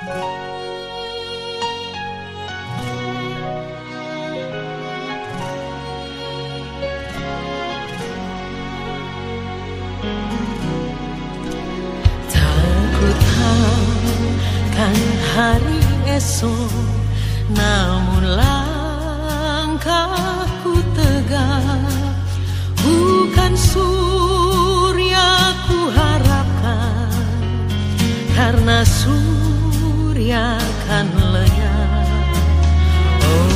Takutkan hari esok, namun langkahku tegak. Bukan surya ku harapkan, karena surya kan lenyap. Oh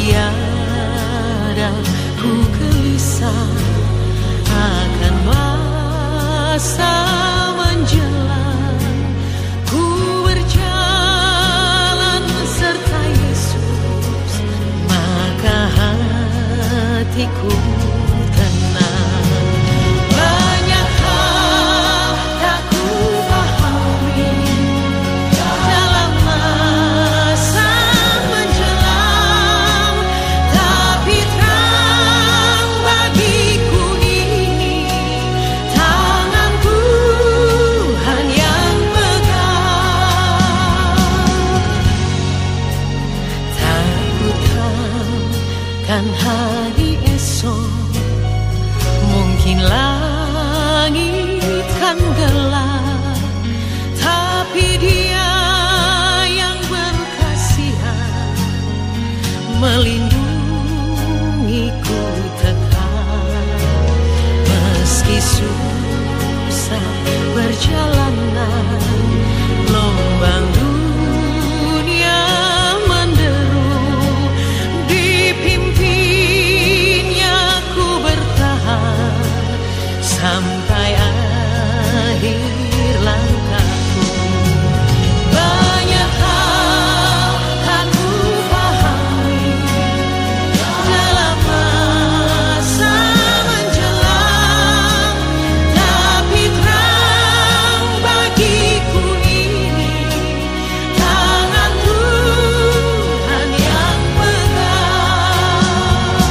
tiada ku gelisah akan masa menjelang. Ku berjalan serta Yesus, maka hatiku hari esok, mungkin langit kan gelap, tapi Dia yang berkasihan melindungiku tetap. Meski susah perjalanan, gelombang dunia menderu, sampai akhir langkahku. Banyak hal tak ku pahami dalam masa menjelang, tapi terang bagiku ini tangan Tuhan yang pegang.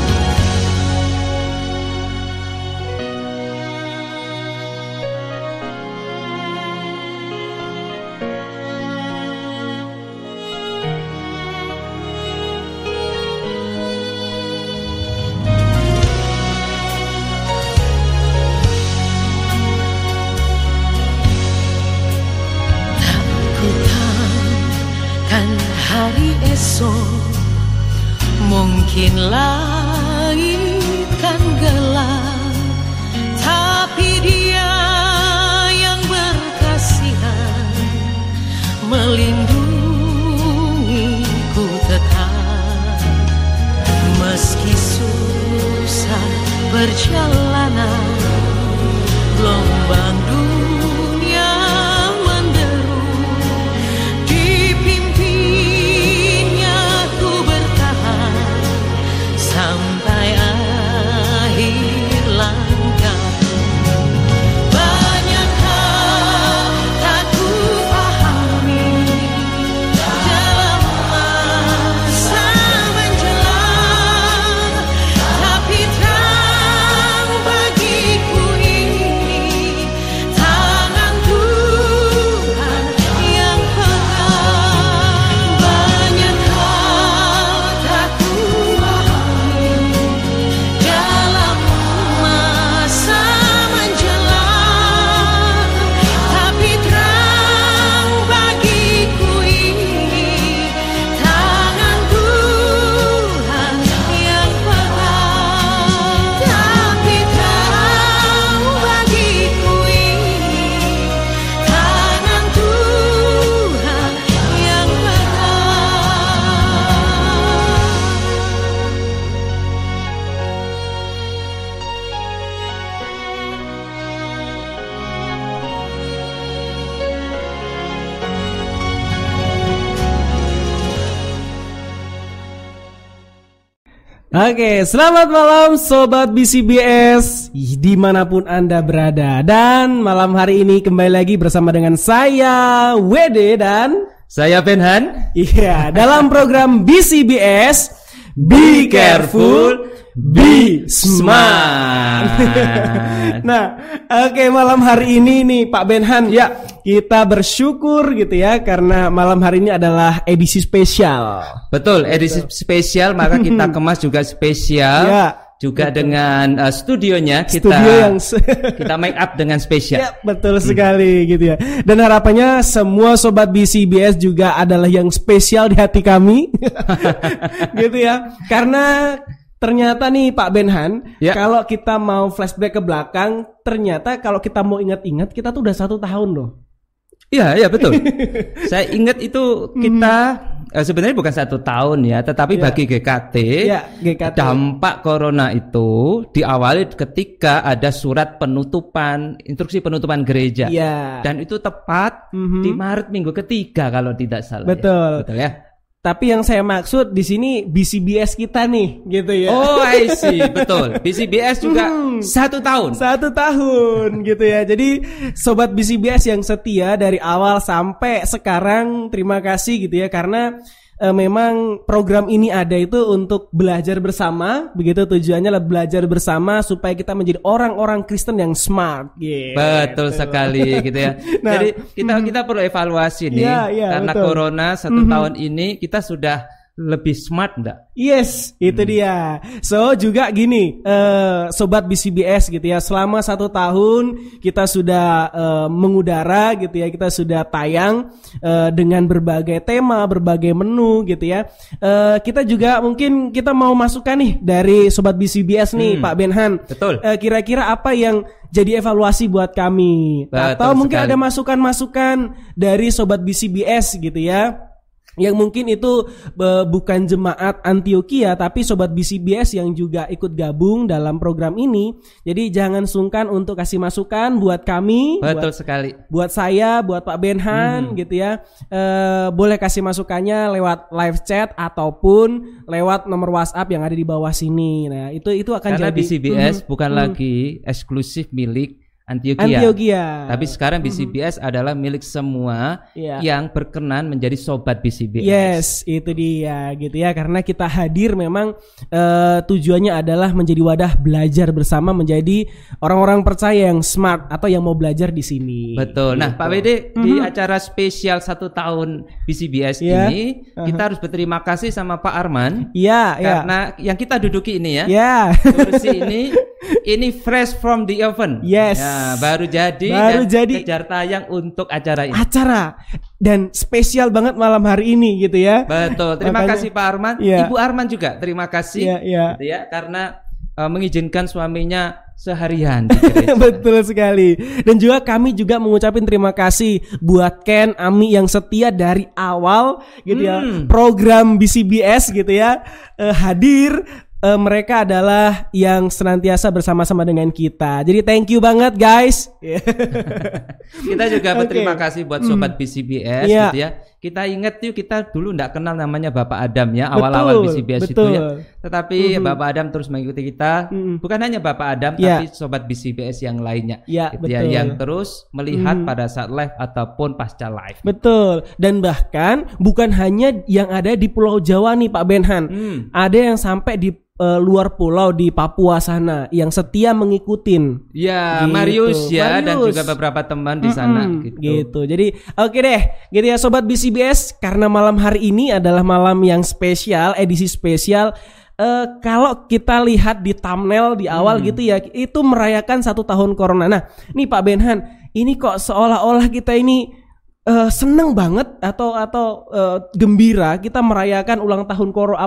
Hari esok, mungkin langit kan gelap, tapi Dia yang berkasihan melindungiku tetap. Meski susah perjalanan, gelombang dunia menderu, sampai akhir langkah. Banyak hal tak ku pahami dalam masa menjelang, tapi terang bagiku ini tangan Tuhan yang pegang. Banyak hal tak ku dalam masa menjelang, tapi terang bagiku ini tangan Tuhan yang pegang. Tapi terang bagiku ini tangan Tuhan yang Oke, selamat malam Sobat BCBS dimanapun Anda berada. Dan malam hari ini kembali lagi bersama dengan saya WD dan saya Benhan. Iya, dalam program BCBS Be careful, be smart. Nah, oke, malam hari ini nih Pak Benhan, ya kita bersyukur gitu ya karena malam hari ini adalah edisi spesial. Betul, edisi spesial, maka kita kemas juga spesial. Ya. Juga dengan studionya kita make up dengan spesial. Ya, betul sekali gitu ya. Dan harapannya semua sobat BCBS juga adalah yang spesial di hati kami. Gitu ya. Karena ternyata nih Pak Benhan, kalau kita mau flashback ke belakang, ternyata kalau kita mau ingat-ingat kita tuh udah 1 tahun loh. Iya betul. Saya ingat itu kita sebenarnya bukan 1 tahun ya, tetapi bagi GKT, dampak corona itu diawali ketika ada surat penutupan, instruksi penutupan gereja. Dan itu tepat di Maret minggu ketiga kalau tidak salah. Betul. Betul ya. Tapi yang saya maksud di sini BCBS kita nih, gitu ya. Oh, I see, betul. BCBS juga 1 tahun. 1 tahun, gitu ya. Jadi sobat BCBS yang setia dari awal sampai sekarang, terima kasih gitu ya, karena memang program ini ada itu untuk belajar bersama, begitu tujuannya adalah belajar bersama supaya kita menjadi orang-orang Kristen yang smart. Betul sekali gitu ya. Nah, jadi kita perlu evaluasi nih, karena betul. Corona 1 tahun ini kita sudah lebih smart enggak? Yes, itu dia. So juga gini, sobat BCBS gitu ya, selama 1 tahun kita sudah mengudara gitu ya, kita sudah tayang dengan berbagai tema, berbagai menu gitu ya. Kita juga mungkin kita mau masukkan nih dari sobat BCBS nih, Pak Benhan. Betul. Kira-kira apa yang jadi evaluasi buat kami? Betul atau mungkin sekali. ada masukan-masukan dari sobat BCBS gitu ya, yang mungkin itu bukan jemaat Antioquia tapi sobat BCBS yang juga ikut gabung dalam program ini. Jadi jangan sungkan untuk kasih masukan buat kami. Betul sekali. Buat saya, buat Pak Benhan gitu ya. Boleh kasih masukannya lewat live chat ataupun lewat nomor WhatsApp yang ada di bawah sini. Nah, itu akan karena jadi BCBS bukan lagi eksklusif milik Antioquia. Tapi sekarang BCBS adalah milik semua yang berkenan menjadi sobat BCBS. Yes, itu dia gitu ya. Karena kita hadir memang tujuannya adalah menjadi wadah belajar bersama, menjadi orang-orang percaya yang smart atau yang mau belajar di sini. Betul. Nah, gitu. Pak Wede, di acara spesial 1 tahun BCBS ini kita harus berterima kasih sama Pak Arman. Karena yang kita duduki ini kursi ini fresh from the oven. Yes. Baru jadi kejar tayang untuk acara ini. Dan spesial banget malam hari ini gitu ya. Betul. Terima kasih Pak Arman. Ibu Arman juga terima kasih gitu ya, karena mengizinkan suaminya seharian di gereja. Betul sekali. Dan juga kami juga mengucapkan terima kasih buat Ken, Ami yang setia dari awal gitu ya. Program BCBS gitu ya, hadir. Mereka adalah yang senantiasa bersama-sama dengan kita. Jadi thank you banget guys. Kita juga berterima kasih buat sobat BCBS gitu ya. Kita ingat yuk, kita dulu enggak kenal namanya Bapak Adam ya, awal-awal BCBS itu ya. Tetapi Bapak Adam terus mengikuti kita. Bukan hanya Bapak Adam tapi sobat BCBS yang lainnya. Gitu ya, yang terus melihat pada saat live ataupun pasca live. Betul. Dan bahkan bukan hanya yang ada di Pulau Jawa nih Pak Benhan. Ada yang sampai di luar pulau di Papua sana yang setia mengikutin. Gitu. Marius dan juga beberapa teman di sana gitu. Jadi oke deh, gitu ya sobat BCBS, karena malam hari ini adalah malam yang spesial, edisi spesial. Kalau kita lihat di thumbnail di awal gitu ya, itu merayakan 1 tahun corona. Nah, nih Pak Benhan, ini kok seolah-olah kita ini seneng banget atau gembira kita merayakan ulang tahun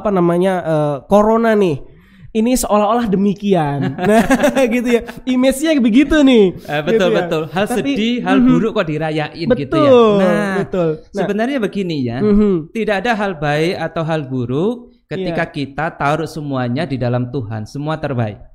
corona nih. Ini seolah-olah demikian. Nah, gitu ya. Image-nya begitu nih. Betul. Hal sedih, hal buruk kok dirayain gitu ya. Nah, sebenarnya begini ya. Tidak ada hal baik atau hal buruk ketika kita taruh semuanya di dalam Tuhan, semua terbaik.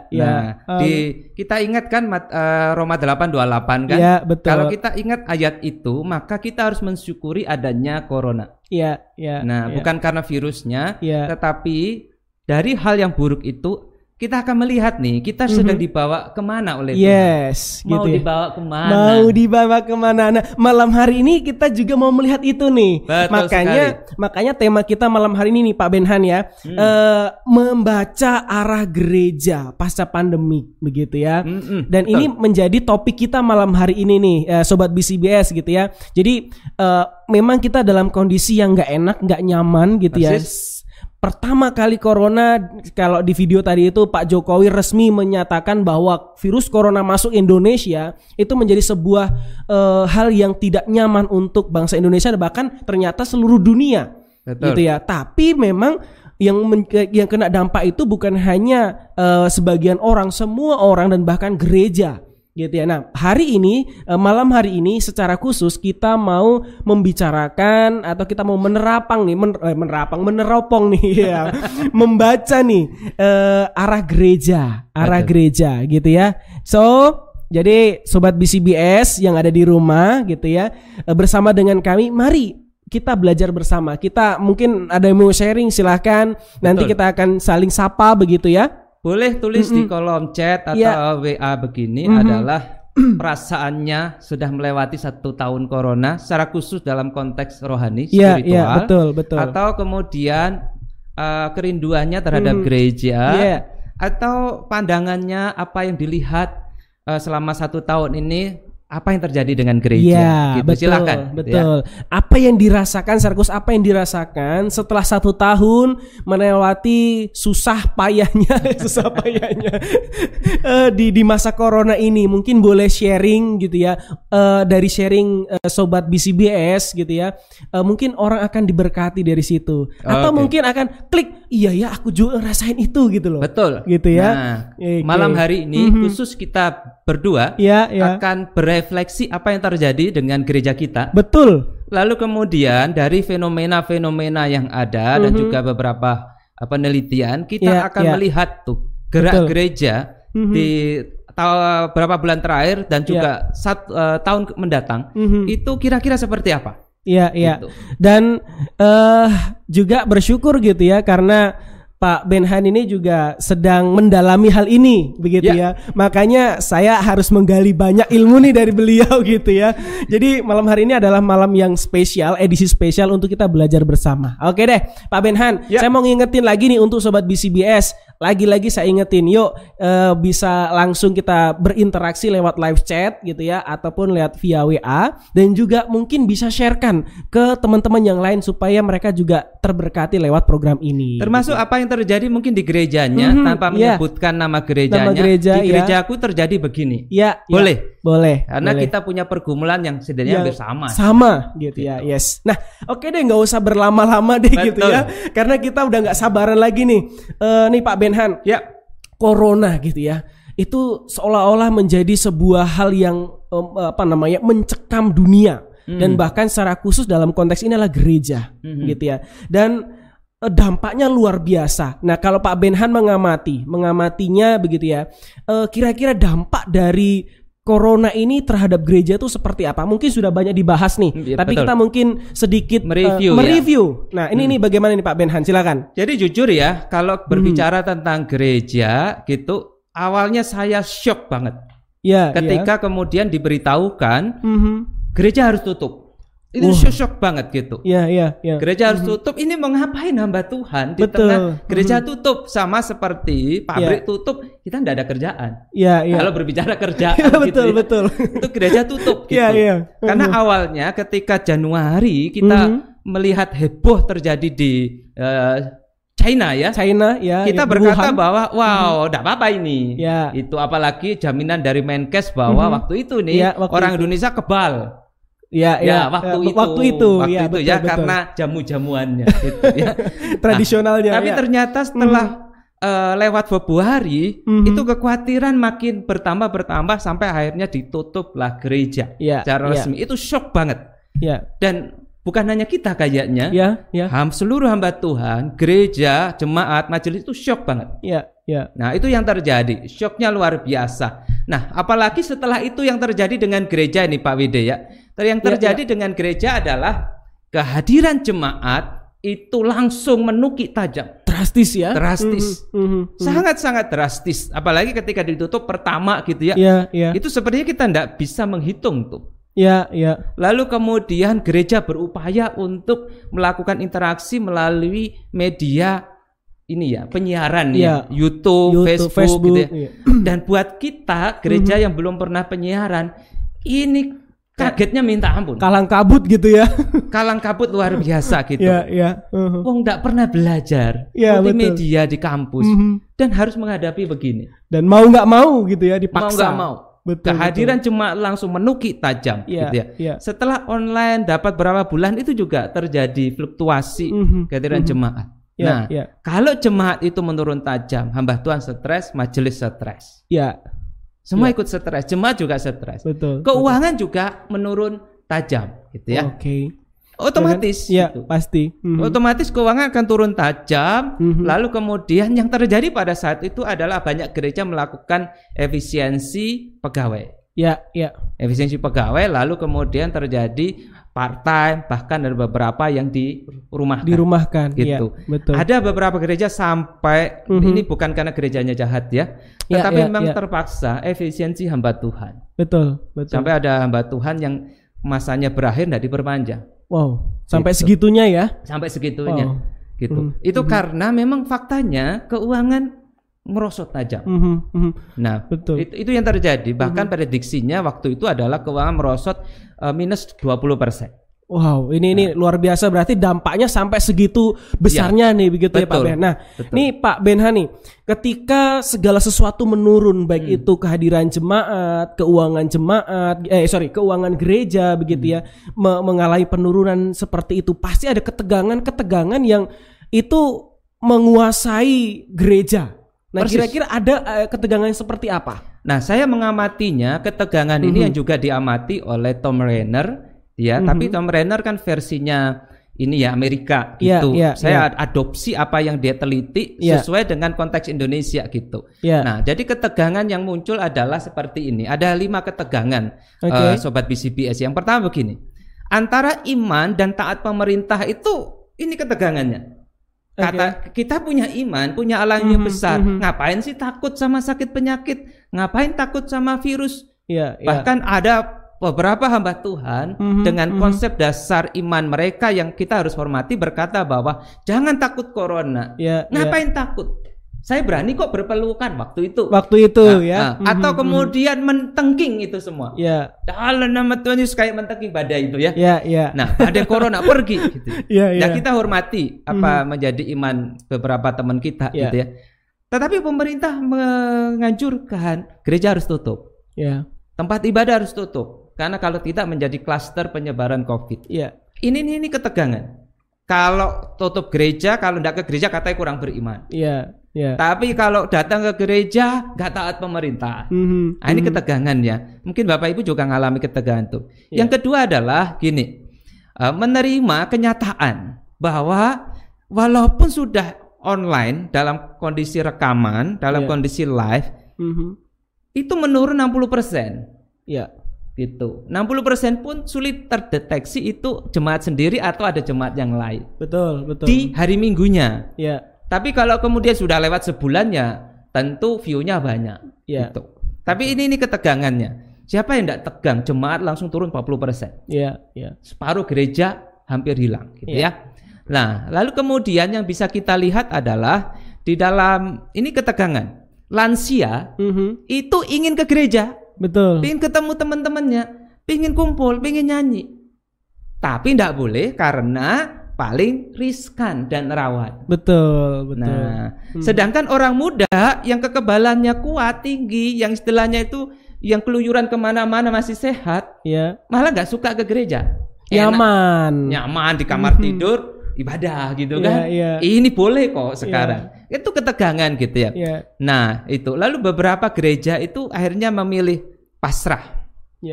Kita ingat kan Roma 8:28 kan? Betul. Kalau kita ingat ayat itu, maka kita harus mensyukuri adanya corona. Bukan karena virusnya, tetapi dari hal yang buruk itu kita akan melihat nih, kita sedang dibawa kemana oleh Tuhan. Yes, mau gitu ya. dibawa kemana? Mau dibawa kemana? Nah, malam hari ini kita juga mau melihat itu nih. Betul Makanya tema kita malam hari ini nih Pak Benhan ya, membaca arah gereja pasca pandemi begitu ya. Dan ini menjadi topik kita malam hari ini nih, sobat BCBS gitu ya. Jadi memang kita dalam kondisi yang nggak enak, nggak nyaman gitu ya. Pertama kali corona, kalau di video tadi itu Pak Jokowi resmi menyatakan bahwa virus corona masuk Indonesia, itu menjadi sebuah hal yang tidak nyaman untuk bangsa Indonesia, bahkan ternyata seluruh dunia. Betul. Gitu ya. Tapi memang yang kena dampak itu bukan hanya sebagian orang, semua orang dan bahkan gereja. Gitu ya. Nah, hari ini, malam hari ini secara khusus kita mau membicarakan atau kita mau meneropong nih ya. Membaca nih arah gereja gitu ya. So, jadi sobat BCBS yang ada di rumah gitu ya, bersama dengan kami, mari kita belajar bersama. Kita mungkin ada yang mau sharing, silahkan. Nanti kita akan saling sapa begitu ya. Boleh tulis di kolom chat atau WA begini adalah perasaannya sudah melewati 1 tahun corona secara khusus dalam konteks rohani, spiritual. Betul. Atau kemudian kerinduannya terhadap gereja, atau pandangannya apa yang dilihat selama 1 tahun ini, apa yang terjadi dengan gereja, gitu. Betul, silakan. Betul. Ya. Apa yang dirasakan, Sarkus, apa yang dirasakan setelah 1 tahun melewati susah payahnya di masa corona ini. Mungkin boleh sharing gitu ya, dari sharing sobat BCBS gitu ya. Mungkin orang akan diberkati dari situ, atau mungkin akan klik, iya ya aku juga rasain itu gitu loh. Betul. Gitu ya. Nah, malam hari ini khusus kita berdua akan berefleksi apa yang terjadi dengan gereja kita. Betul. Lalu kemudian dari fenomena-fenomena yang ada dan juga beberapa penelitian, kita akan melihat tuh gerak gereja di beberapa bulan terakhir dan juga tahun mendatang itu kira-kira seperti apa. Gitu. Dan juga bersyukur gitu ya, karena Pak Benhan ini juga sedang mendalami hal ini begitu ya. Makanya saya harus menggali banyak ilmu nih dari beliau gitu ya. Jadi malam hari ini adalah malam yang spesial, edisi spesial untuk kita belajar bersama. Oke deh Pak Benhan, saya mau ngingetin lagi nih untuk sobat BCBS. Lagi-lagi saya ingetin, yuk bisa langsung kita berinteraksi lewat live chat gitu ya, ataupun lewat via WA, dan juga mungkin bisa sharekan ke teman-teman yang lain supaya mereka juga terberkati lewat program ini. Termasuk gitu. Apa yang terjadi mungkin di gerejanya tanpa menyebutkan nama gerejanya. Di gerejaku terjadi begini. Boleh. Karena kita punya pergumulan yang sebenarnya hampir sama. Sama gitu ya. Yes. Nah, oke deh, nggak usah berlama-lama deh. Betul. Gitu ya. Karena kita udah nggak sabaran lagi nih. Nih Pak Benhan. Corona gitu ya. Itu seolah-olah menjadi sebuah hal yang mencekam dunia. Dan bahkan secara khusus dalam konteks ini adalah gereja gitu ya. Dan dampaknya luar biasa. Nah, kalau Pak Benhan mengamatinya begitu ya, kira-kira dampak dari corona ini terhadap gereja itu seperti apa? Mungkin sudah banyak dibahas nih, tapi kita mungkin sedikit mereview. Nah, ini bagaimana nih Pak Benhan? Silakan. Jadi jujur ya, kalau berbicara tentang gereja gitu, awalnya saya shock banget. Ketika kemudian diberitahukan gereja harus tutup. Itu shock banget gitu. Gereja harus tutup. Ini mau ngapain hamba Tuhan di tengah gereja tutup? Sama seperti pabrik tutup, kita tidak ada kerjaan. Kalau berbicara kerjaan betul. Itu gereja tutup gitu. Karena awalnya ketika Januari kita melihat heboh terjadi di China ya. Kita berkata bahwa enggak apa-apa ini. Itu apalagi jaminan dari Menkes bahwa waktu itu nih orang Indonesia kebal. Waktu itu betul. Karena jamu-jamuannya gitu ya. Tradisionalnya. Tapi ternyata setelah lewat Februari itu kekhawatiran makin bertambah sampai akhirnya ditutuplah gereja secara resmi. Itu shock banget. Dan bukan hanya kita kayaknya. Seluruh hamba Tuhan, gereja, jemaat, majelis itu shock banget. Nah, itu yang terjadi. Shocknya luar biasa. Nah, apalagi setelah itu yang terjadi dengan gereja ini Pak Wide ya. Yang terjadi dengan gereja adalah kehadiran jemaat itu langsung menukik tajam. Drastis ya? Drastis. Sangat-sangat drastis. Apalagi ketika ditutup pertama gitu ya. Itu sepertinya kita tidak bisa menghitung tuh. Lalu kemudian gereja berupaya untuk melakukan interaksi melalui media ini ya, penyiaran ya, YouTube, Facebook gitu ya. Dan buat kita gereja yang belum pernah penyiaran, ini kagetnya minta ampun. Kalang kabut gitu ya. Kalang kabut luar biasa gitu. Wong enggak pernah belajar multimedia di kampus dan harus menghadapi begini. Dan mau nggak mau gitu ya, dipaksa. Mau nggak mau. Kehadiran cuma langsung menukik tajam gitu ya. Setelah online dapat berapa bulan itu juga terjadi fluktuasi kehadiran jemaat. Kalau jemaat itu menurun tajam, hamba Tuhan stres, majelis stres. Semua ikut stres, jemaat juga stres. Keuangan juga menurun tajam gitu ya. Otomatis gitu. Pasti. Otomatis keuangan akan turun tajam. Lalu kemudian yang terjadi pada saat itu adalah banyak gereja melakukan efisiensi pegawai. Efisiensi pegawai, lalu kemudian terjadi part time, bahkan ada beberapa yang dirumahkan gitu. Ada beberapa gereja sampai ini bukan karena gerejanya jahat ya, tetapi memang terpaksa efisiensi hamba Tuhan. Betul. Sampai ada hamba Tuhan yang masanya berakhir tidak diperpanjang. Sampai segitunya ya? Sampai segitunya, gitu. Itu karena memang faktanya keuangan merosot tajam. Nah, itu yang terjadi. Bahkan prediksinya waktu itu adalah keuangan merosot minus 20%. Ini luar biasa, berarti dampaknya sampai segitu besarnya nih begitu ya Pak Ben. Nah, nih Pak Benhan nih, ketika segala sesuatu menurun baik itu kehadiran jemaat, keuangan gereja begitu ya, mengalami penurunan seperti itu, pasti ada ketegangan yang itu menguasai gereja. Nah, kira-kira ada ketegangan seperti apa? Nah, saya mengamatinya ketegangan ini yang juga diamati oleh Tom Rainer. Tapi Tom Rainer kan versinya ini ya Amerika gitu. Saya adopsi apa yang dia teliti sesuai dengan konteks Indonesia gitu. Nah, jadi ketegangan yang muncul adalah seperti ini. Ada 5 ketegangan, Sobat BCBS. Yang pertama begini, antara iman dan taat pemerintah itu ini ketegangannya. Kita punya iman, punya Allah yang besar. Ngapain sih takut sama sakit penyakit? Ngapain takut sama virus? Bahkan ada beberapa hamba Tuhan dengan konsep dasar iman mereka yang kita harus hormati berkata bahwa jangan takut corona. Ngapain takut? Saya berani kok berpelukan waktu itu. Atau kemudian mentengking itu semua. Kalau nama Tuhan Yesus kayak mentengking badai itu ya. Nah, badai corona pergi gitu. Nah, kita hormati apa menjadi iman beberapa teman kita gitu ya. Tetapi pemerintah menganjurkan gereja harus tutup. Tempat ibadah harus tutup. Karena kalau tidak menjadi klaster penyebaran COVID. Ini ketegangan. Kalau tutup gereja, kalau tidak ke gereja katanya kurang beriman. Tapi kalau datang ke gereja nggak taat pemerintah. Nah, ini ketegangannya. Mungkin Bapak Ibu juga ngalami ketegangan tuh. Yang kedua adalah gini, menerima kenyataan bahwa walaupun sudah online dalam kondisi rekaman, dalam kondisi live, itu menurun 60%. Gitu. 60% pun sulit terdeteksi itu jemaat sendiri atau ada jemaat yang lain. Betul. Di hari Minggunya. Tapi kalau kemudian sudah lewat sebulan ya tentu view-nya banyak. Gitu. Tapi ini ketegangannya. Siapa yang tidak tegang? Jemaat langsung turun 40%. Separuh gereja hampir hilang gitu ya. Nah, lalu kemudian yang bisa kita lihat adalah di dalam ini ketegangan. Lansia itu ingin ke gereja. Pengen ketemu teman-temannya, pengen kumpul, pengen nyanyi. Tapi tidak boleh karena paling riskan dan rawan. Nah, sedangkan orang muda yang kekebalannya kuat, tinggi, yang istilahnya itu yang keluyuran kemana-mana masih sehat, malah nggak suka ke gereja. Nyaman di kamar tidur, ibadah gitu kan. Ini boleh kok sekarang. Itu ketegangan gitu ya. Nah, itu. Lalu beberapa gereja itu akhirnya memilih pasrah.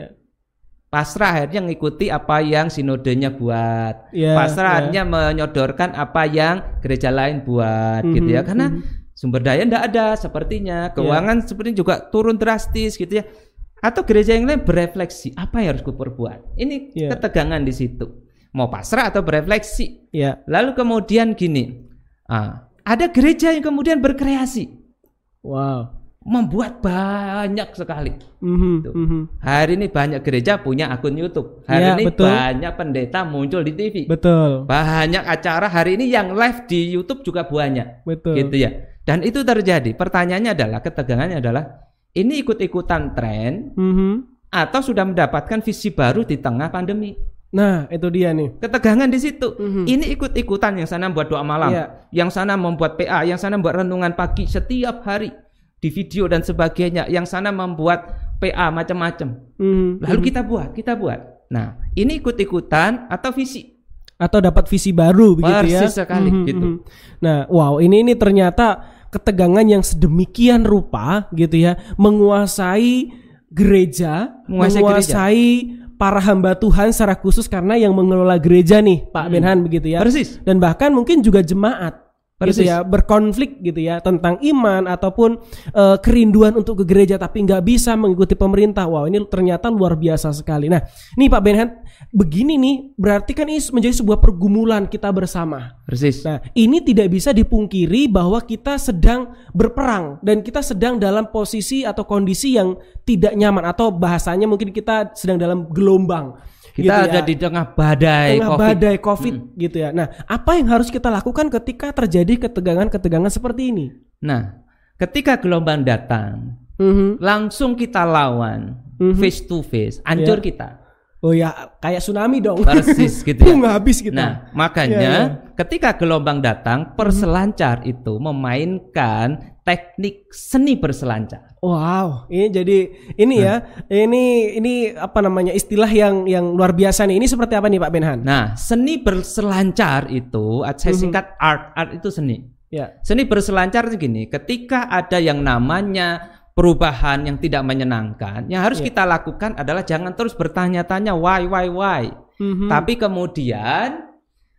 Pasrah akhirnya mengikuti apa yang sinodenya buat. Pasrah akhirnya menyodorkan apa yang gereja lain buat gitu ya. Karena sumber daya enggak ada sepertinya. Keuangan sepertinya juga turun drastis gitu ya. Atau gereja yang lain berefleksi, apa yang harus kuperbuat? Ini ketegangan di situ. mau pasrah atau berefleksi. Ya. Lalu kemudian gini, ada gereja yang kemudian berkreasi. Wow. Membuat banyak sekali. Tuh. Hari ini banyak gereja punya akun YouTube. Hari ini betul. banyak pendeta muncul di TV. Betul. Banyak acara hari ini yang live di YouTube juga banyak. Betul. Gitu ya. Dan itu terjadi. Pertanyaannya adalah, ketegangannya adalah, ini ikut-ikutan tren atau sudah mendapatkan visi baru di tengah pandemi? Nah, itu dia nih. Ketegangan di situ. Ini ikut-ikutan, yang sana membuat doa malam, yang sana membuat PA, yang sana membuat renungan pagi setiap hari di video dan sebagainya, yang sana membuat PA macam-macam. Lalu kita buat. Nah, ini ikut-ikutan atau visi? Atau dapat visi baru begitu ya. Persis sekali gitu. Nah, wow, ini ternyata ketegangan yang sedemikian rupa gitu ya, menguasai gereja, menguasai para hamba Tuhan secara khusus karena yang mengelola gereja nih, Pak Benhan begitu ya. Persis. Dan bahkan mungkin juga jemaat. Persis. Gitu ya, berkonflik gitu ya tentang iman ataupun kerinduan untuk ke gereja tapi nggak bisa mengikuti pemerintah. Wow, ini ternyata luar biasa sekali. Nah, nih Pak Benhan, begini nih, berarti kan ini menjadi sebuah pergumulan kita bersama. Persis. Nah, ini tidak bisa dipungkiri bahwa kita sedang berperang dan kita sedang dalam posisi atau kondisi yang tidak nyaman, atau bahasanya mungkin kita sedang dalam gelombang. Kita gitu ada ya. di tengah badai COVID gitu ya. Nah, apa yang harus kita lakukan ketika terjadi ketegangan-ketegangan seperti ini? Nah, ketika gelombang datang, langsung kita lawan face to face, hancur kita. Oh ya, kayak tsunami dong. Persis gitu ya. Habis kita. Nah, makanya ketika gelombang datang, perselancar itu memainkan teknik seni berselancar. Wow, ini jadi ini ya, ini apa namanya, istilah yang luar biasa nih. Ini seperti apa nih Pak Benhan? Nah, seni berselancar itu saya singkat art itu seni. Ya. Seni berselancar itu gini, ketika ada yang namanya perubahan yang tidak menyenangkan, yang harus kita lakukan adalah jangan terus bertanya-tanya why. Tapi kemudian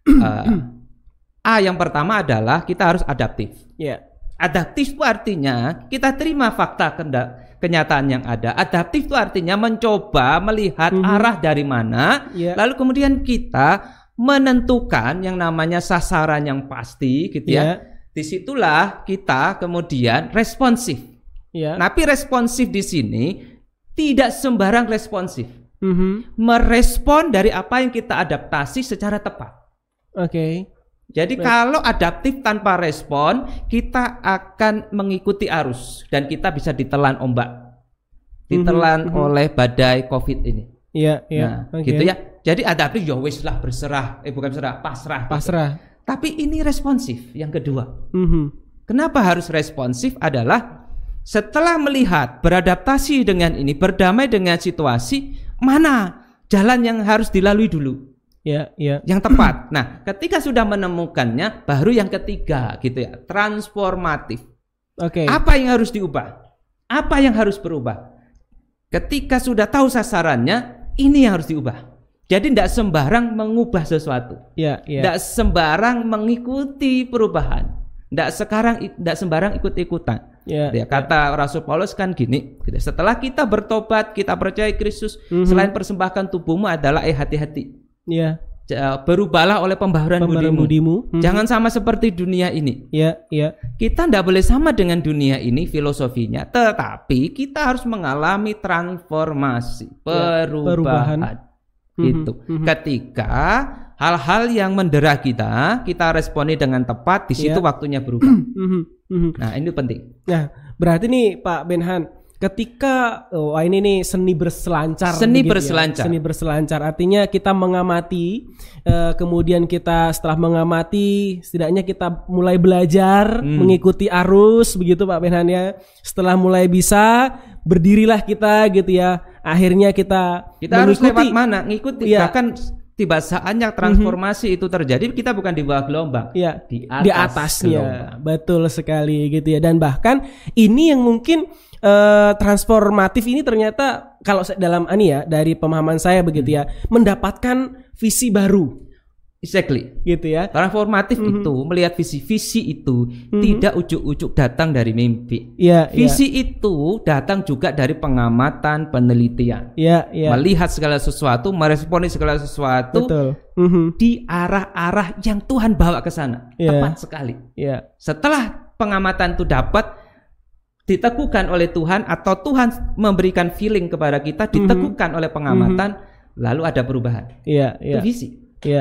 yang pertama adalah kita harus adaptif. Ya. Adaptif itu artinya kita terima fakta kenyataan yang ada. Adaptif itu artinya mencoba melihat arah dari mana, lalu kemudian kita menentukan yang namanya sasaran yang pasti, gitu ya. Disitulah kita kemudian responsif. Tapi responsif di sini tidak sembarang responsif. Merespon dari apa yang kita adaptasi secara tepat. Oke. Jadi kalau adaptif tanpa respon, kita akan mengikuti arus dan kita bisa ditelan ombak, ditelan oleh badai COVID ini. Gitu ya. Jadi adaptif ya wis lah, berserah, bukan berserah, pasrah. Gitu. Tapi ini responsif yang kedua. Kenapa harus responsif adalah setelah melihat, beradaptasi dengan ini, berdamai dengan situasi, mana jalan yang harus dilalui dulu. Yang tepat. Nah, ketika sudah menemukannya, baru yang ketiga gitu ya, transformatif. Apa yang harus diubah? Apa yang harus berubah? Ketika sudah tahu sasarannya, ini yang harus diubah. Jadi tidak sembarang mengubah sesuatu. Tidak sembarang mengikuti perubahan. Tidak sembarang ikut-ikutan. Kata Rasul Paulus kan gini, setelah kita bertobat, kita percaya Kristus, selain persembahkan tubuhmu adalah hati-hati. Berubahlah oleh pembaharuan budimu. Jangan sama seperti dunia ini. Kita tidak boleh sama dengan dunia ini filosofinya, tetapi kita harus mengalami transformasi, perubahan. Itu. Ketika hal-hal yang mendera kita responi dengan tepat, di situ waktunya berubah. Nah, ini penting. Nah, berarti nih Pak Benhan, ketika ini nih seni berselancar. Seni berselancar artinya kita mengamati, kemudian kita setelah mengamati, setidaknya kita mulai belajar mengikuti arus begitu Pak Benhan ya. Setelah mulai bisa, berdirilah kita gitu ya. Akhirnya kita harus lewat mana? Ngikuti. Bahkan tiba saatnya transformasi itu terjadi, kita bukan di bawah gelombang, di atasnya. Gelombang. Betul sekali gitu ya. Dan bahkan ini yang mungkin transformatif ini ternyata kalau dalam dari pemahaman saya begitu ya, mendapatkan visi baru. Exactly. Gitu ya. Transformatif itu melihat visi itu tidak ujuk-ujuk datang dari mimpi. Visi itu datang juga dari pengamatan, penelitian. Melihat segala sesuatu, meresponi segala sesuatu di arah-arah yang Tuhan bawa ke sana. Tepat sekali. Setelah pengamatan itu dapat diteguhkan oleh Tuhan atau Tuhan memberikan feeling kepada kita, diteguhkan oleh pengamatan, lalu ada perubahan. Itu visi.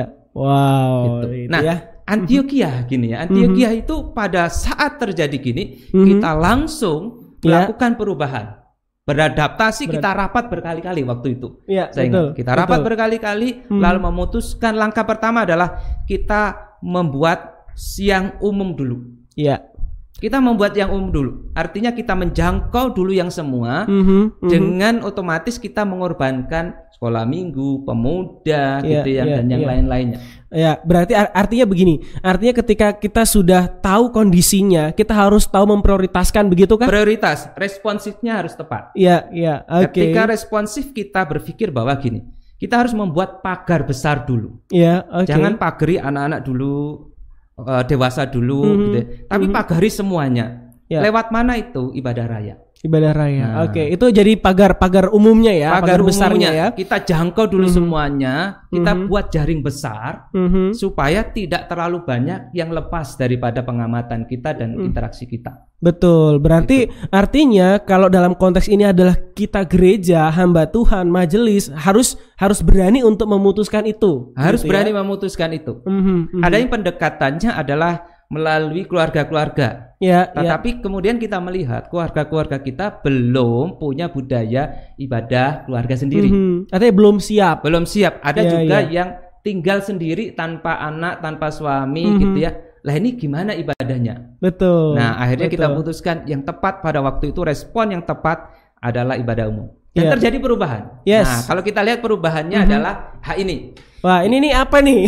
Wow. Gitu. Nah, Antioquia gini ya. Antioquia itu pada saat terjadi gini, kita langsung melakukan perubahan. Beradaptasi, kita rapat berkali-kali waktu itu. Saya ingat, kita rapat berkali-kali, lalu memutuskan langkah pertama adalah kita membuat yang umum dulu. Kita membuat yang umum dulu. Artinya kita menjangkau dulu yang semua, dengan otomatis kita mengorbankan sekolah minggu, pemuda, gitu ya, dan yang lain-lainnya. Berarti artinya begini. Artinya ketika kita sudah tahu kondisinya, kita harus tahu memprioritaskan, begitu kan? Prioritas, responsifnya harus tepat. Ketika responsif, kita berpikir bahwa gini, kita harus membuat pagar besar dulu. Jangan pagari anak-anak dulu, dewasa dulu, gitu. Tapi pagari semuanya. Lewat mana itu? Ibadah raya. Itu jadi pagar umumnya ya, pagar besarnya ya. Kita jangkau dulu semuanya, kita buat jaring besar supaya tidak terlalu banyak yang lepas daripada pengamatan kita dan interaksi kita. Betul. Berarti artinya kalau dalam konteks ini adalah kita gereja, hamba Tuhan, majelis harus berani untuk memutuskan itu. Harus gitu berani memutuskan itu. Ada yang pendekatannya adalah melalui keluarga-keluarga. Tetapi kemudian kita melihat keluarga-keluarga kita belum punya budaya ibadah keluarga sendiri. Artinya belum siap. Ada juga yang tinggal sendiri tanpa anak, tanpa suami, gitu ya. Lah ini gimana ibadahnya? Betul. Nah, akhirnya kita putuskan yang tepat pada waktu itu, respon yang tepat adalah ibadah umum. Dan terjadi perubahan. Nah, kalau kita lihat perubahannya adalah ini. Wah, ini nih apa nih?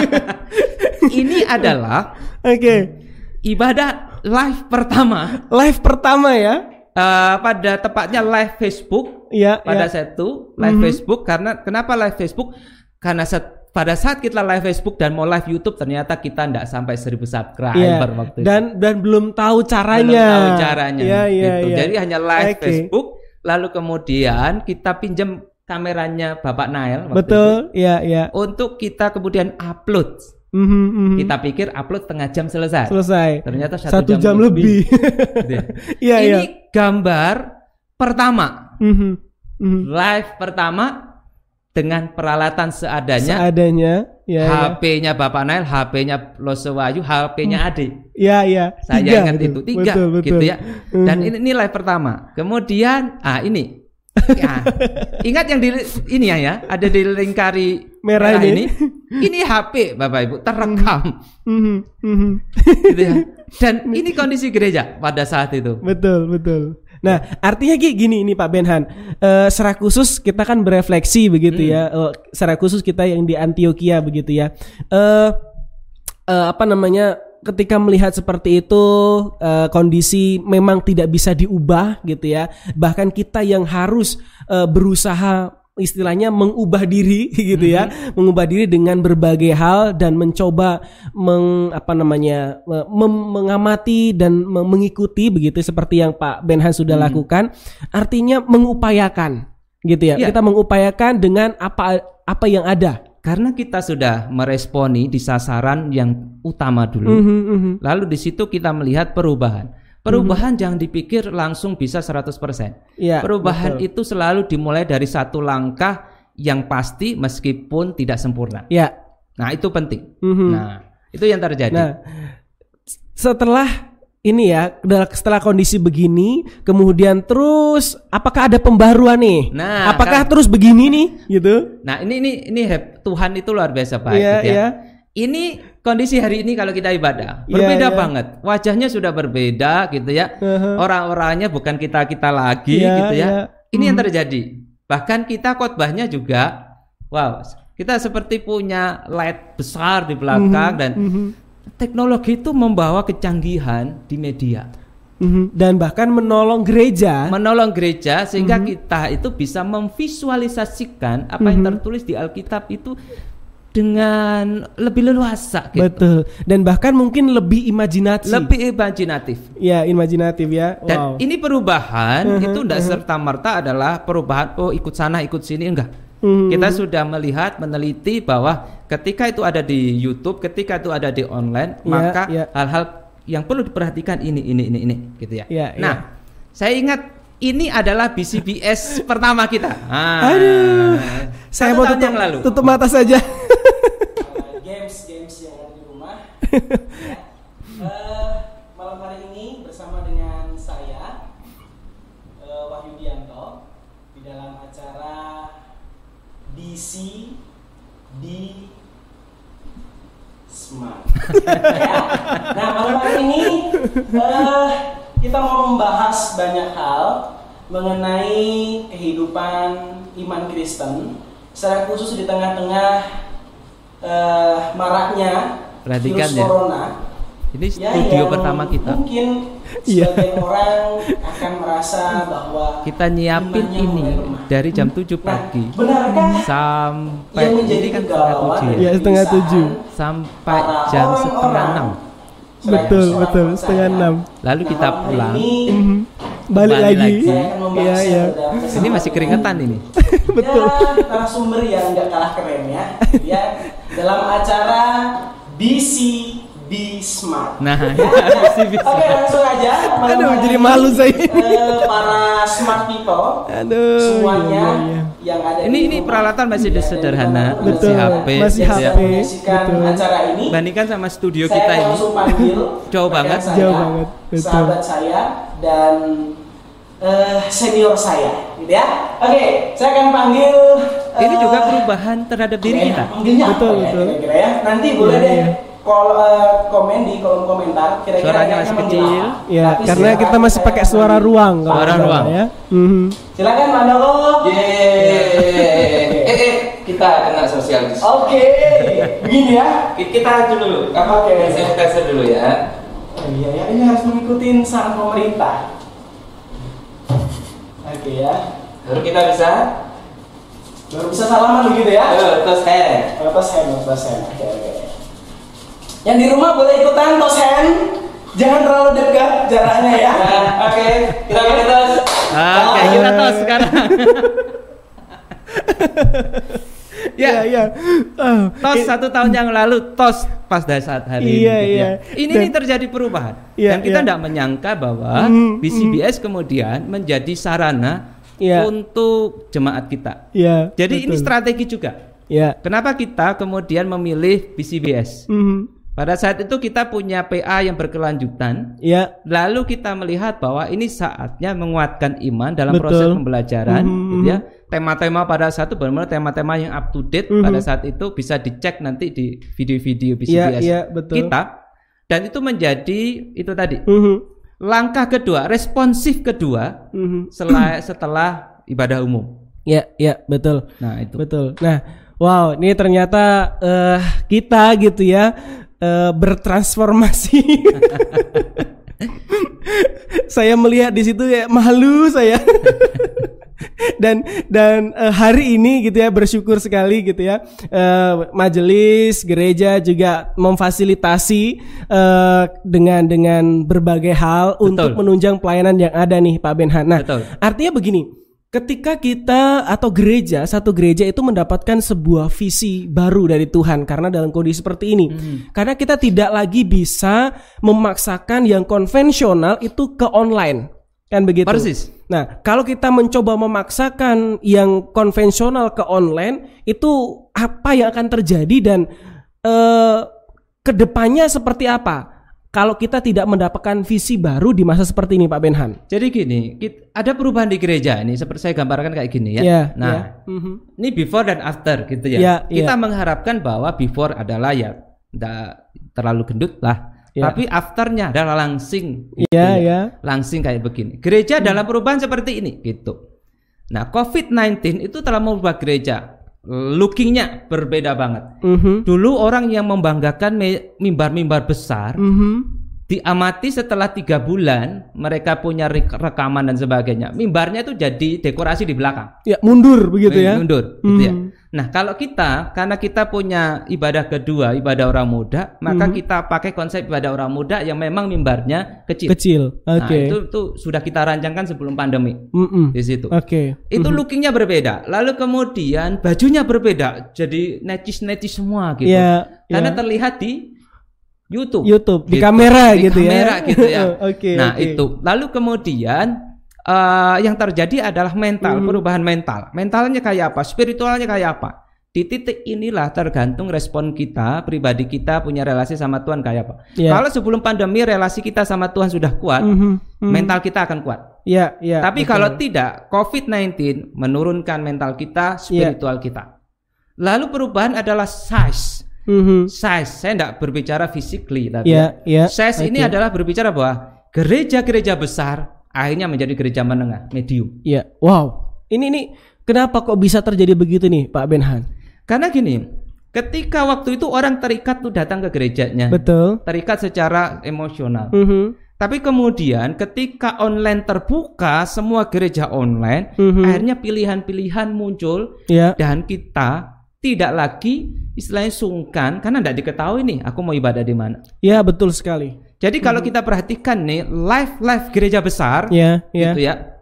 Ini adalah ibadah live pertama ya. Pada tepatnya live Facebook. Pada saat itu live Facebook, karena kenapa live Facebook? Karena pada saat kita live Facebook dan mau live YouTube, ternyata kita tidak sampai 1000 subscriber waktu itu. Dan belum tahu caranya. Gitu. Jadi hanya live Facebook, lalu kemudian kita pinjam kameranya Bapak Nael waktu itu, untuk kita kemudian upload. Kita pikir upload setengah jam selesai. Ternyata 1 jam lebih. Ini gambar pertama, live pertama dengan peralatan seadanya. HP-nya Bapak Nael, HP-nya Losewayu, HP-nya Ade. Saya ingat itu 3, betul. Gitu ya. Dan ini live pertama. Kemudian ini. Ingat yang ini ya, ada di lingkari merah ini. Ini HP Bapak Ibu terekam. Gitu ya. Dan ini kondisi gereja pada saat itu. Betul. Nah, artinya gini ini Pak Benhan, secara khusus kita kan berefleksi begitu ya, secara khusus kita yang di Antioquia begitu ya, ketika melihat seperti itu, kondisi memang tidak bisa diubah gitu ya, bahkan kita yang harus berusaha istilahnya mengubah diri gitu ya, mengubah diri dengan berbagai hal dan mencoba mengamati dan mengikuti begitu seperti yang Pak Benhan sudah lakukan. Artinya mengupayakan gitu ya. Kita mengupayakan dengan apa yang ada. Karena kita sudah meresponi di sasaran yang utama dulu. Lalu di situ kita melihat perubahan. Perubahan jangan dipikir langsung bisa 100%. Perubahan itu selalu dimulai dari satu langkah yang pasti meskipun tidak sempurna. Nah, itu penting. Nah, itu yang terjadi. Nah, setelah ini ya, setelah kondisi begini, kemudian terus apakah ada pembaruan nih? Nah, apakah terus begini nih gitu? Nah, ini Tuhan itu luar biasa baik gitu ya. Ini kondisi hari ini kalau kita ibadah berbeda banget. Wajahnya sudah berbeda gitu ya. Orang-orangnya bukan kita lagi gitu ya. Ini yang terjadi. Bahkan kita khotbahnya juga kita seperti punya light besar di belakang dan teknologi itu membawa kecanggihan di media. Dan bahkan menolong gereja sehingga kita itu bisa memvisualisasikan apa yang tertulis di Alkitab itu dengan lebih leluasa gitu. Betul. Dan bahkan mungkin lebih imajinatif. Ya, imajinatif ya. Dan Wow. ini perubahan itu tidak serta-merta adalah perubahan ikut sana ikut sini, enggak. Kita sudah melihat, meneliti bahwa ketika itu ada di YouTube, ketika itu ada di online, maka hal-hal yang perlu diperhatikan ini gitu ya. Nah, saya ingat ini adalah BCBS pertama kita. Aduh. Saya mau tutup mata saja. Games yang ada di rumah. Malam hari ini bersama dengan saya Wahyu Dianto di dalam acara DC di Smart. Nah, malam hari ini kita mau membahas banyak hal mengenai kehidupan iman Kristen, secara khusus di tengah-tengah maraknya virus corona. Ini studio pertama kita. Mungkin sebagian orang akan merasa bahwa kita nyiapin ini dari jam 7 pagi sampai ini kan setengah 7 sampai jam setengah 6. Betul, setengah 6. Lalu kita pulang, balik lagi. Iya. Ini masih keringetan ini. Betul. Ya, narasumber yang nggak kalah keren ya. Ya, dalam acara BCB Smart. Nah, Oke, langsung aja. Aduh, jadi malu saya. Para smart people. Aduh. Semuanya yang ada. Ini peralatan masih sederhana, betul. masih HP. Menyaksikan acara ini. Bandingkan sama studio Saya kita ini. langsung panggil Jauh banget. Betul. Sahabat saya dan senior saya, gitu ya. Oke, saya akan panggil. Ini juga perubahan terhadap diri kita. Panggilnya Betul. kira-kira ya. Nanti boleh deh komen di kolom komentar. Kira-kira Suaranya masih kecil. Ya, karena kita masih pakai suara ruang. Suara ruang. Ya. Silakan Pak Doko. Kita kena social distancing. Oke, begini ya. Kita dulu. Oke. Sanitizer dulu ya. Iya ya, ini harus mengikuti saran pemerintah. Oke ya. Baru kita bisa. Baru bisa salaman begitu ya? Tos hand. Tos hand. Oke. Yang di rumah boleh ikutan tos hand. Jangan terlalu dekat jaraknya ya. Oke, kita pakai tos. Oke, kita tos sekarang. Ya. Tos 1 tahun yang lalu, tos pas pada saat hari ini. Gitu ya. Ini terjadi perubahan. Dan kita tidak menyangka bahwa BCBS kemudian menjadi sarana untuk jemaat kita. Jadi ini strategi juga. Kenapa kita kemudian memilih BCBS? Pada saat itu kita punya PA yang berkelanjutan. Lalu kita melihat bahwa ini saatnya menguatkan iman dalam proses pembelajaran, gitu ya. Tema-tema pada saat itu benar-benar tema-tema yang up to date pada saat itu bisa dicek nanti di video-video BCBS kita. Dan itu menjadi itu tadi. Langkah kedua, responsif kedua setelah ibadah umum. Ya, betul. Nah, itu. Betul. Nah, wow, ini ternyata kita gitu ya bertransformasi. Saya melihat di situ ya malu saya. dan hari ini gitu ya bersyukur sekali gitu ya majelis gereja juga memfasilitasi dengan berbagai hal untuk menunjang pelayanan yang ada nih Pak Benhan. Nah, artinya begini, ketika kita atau satu gereja itu mendapatkan sebuah visi baru dari Tuhan karena dalam kondisi seperti ini, karena kita tidak lagi bisa memaksakan yang konvensional itu ke online. Kan begitu. Persis. Nah, kalau kita mencoba memaksakan yang konvensional ke online, itu apa yang akan terjadi dan kedepannya seperti apa? Kalau kita tidak mendapatkan visi baru di masa seperti ini, Pak Benhan. Jadi gini, ada perubahan di gereja ini seperti saya gambarkan kayak gini ya. Ini before dan after gitu ya. Kita mengharapkan bahwa before adalah ya tidak terlalu gendut lah. Tapi afternya adalah langsing gitu langsing kayak begini. Gereja dalam perubahan seperti ini gitu. Nah, COVID-19 itu telah merubah gereja. Lookingnya berbeda banget. Dulu orang yang membanggakan mimbar-mimbar besar diamati setelah 3 bulan mereka punya rekaman dan sebagainya. Mimbarnya itu jadi dekorasi di belakang. Ya, mundur begitu ya. Mundur gitu ya. Nah, kalau kita, karena kita punya ibadah kedua, ibadah orang muda, maka kita pakai konsep ibadah orang muda yang memang mimbarnya kecil. Oke. Nah, itu sudah kita rancangkan sebelum pandemi. Di situ. Oke. Itu lookingnya berbeda. Lalu kemudian bajunya berbeda, jadi necis semua gitu. Karena terlihat di YouTube di gitu. kamera di gitu kamera ya. gitu ya. Nah, Oke. itu. Lalu kemudian yang terjadi adalah perubahan mental. Mentalnya kayak apa? Spiritualnya kayak apa? Di titik inilah tergantung respon kita, pribadi kita punya relasi sama Tuhan kayak apa. Kalau sebelum pandemi relasi kita sama Tuhan sudah kuat, mental kita akan kuat. Tapi kalau tidak, COVID-19 menurunkan mental kita, spiritual kita. Lalu perubahan adalah size. Size, saya tidak berbicara physically tadi. Size ini adalah berbicara bahwa gereja-gereja besar akhirnya menjadi gereja menengah, medium. Wow. Ini kenapa kok bisa terjadi begitu nih, Pak Benhan? Karena gini, ketika waktu itu orang terikat tuh datang ke gerejanya. Betul. Terikat secara emosional. Tapi kemudian ketika online terbuka, semua gereja online, akhirnya pilihan-pilihan muncul dan kita tidak lagi istilahnya sungkan karena tidak diketahui nih aku mau ibadah di mana. Ya, betul sekali. Jadi kalau kita perhatikan nih live gereja besar gitu ya.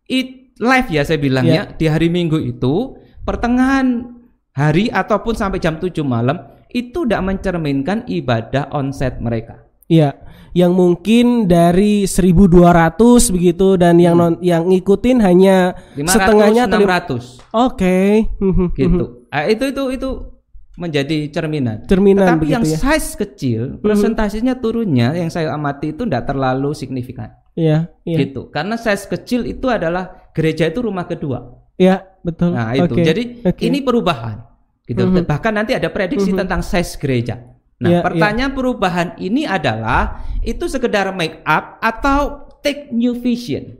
Live ya saya bilangnya di hari Minggu itu pertengahan hari ataupun sampai jam 7 malam itu tidak mencerminkan ibadah onsite mereka. Yang mungkin dari 1.200 begitu dan yang ngikutin hanya 500, setengahnya 600. Oke. Gitu. Itu menjadi cerminan. Tapi yang ya. size kecil, presentasinya turunnya yang saya amati itu tidak terlalu signifikan. Gitu. Karena size kecil itu adalah gereja itu rumah kedua. Betul. Nah, itu. Jadi ini perubahan. Gitu. Bahkan nanti ada prediksi tentang size gereja. Nah, pertanyaan perubahan ini adalah itu sekedar make up atau take new vision.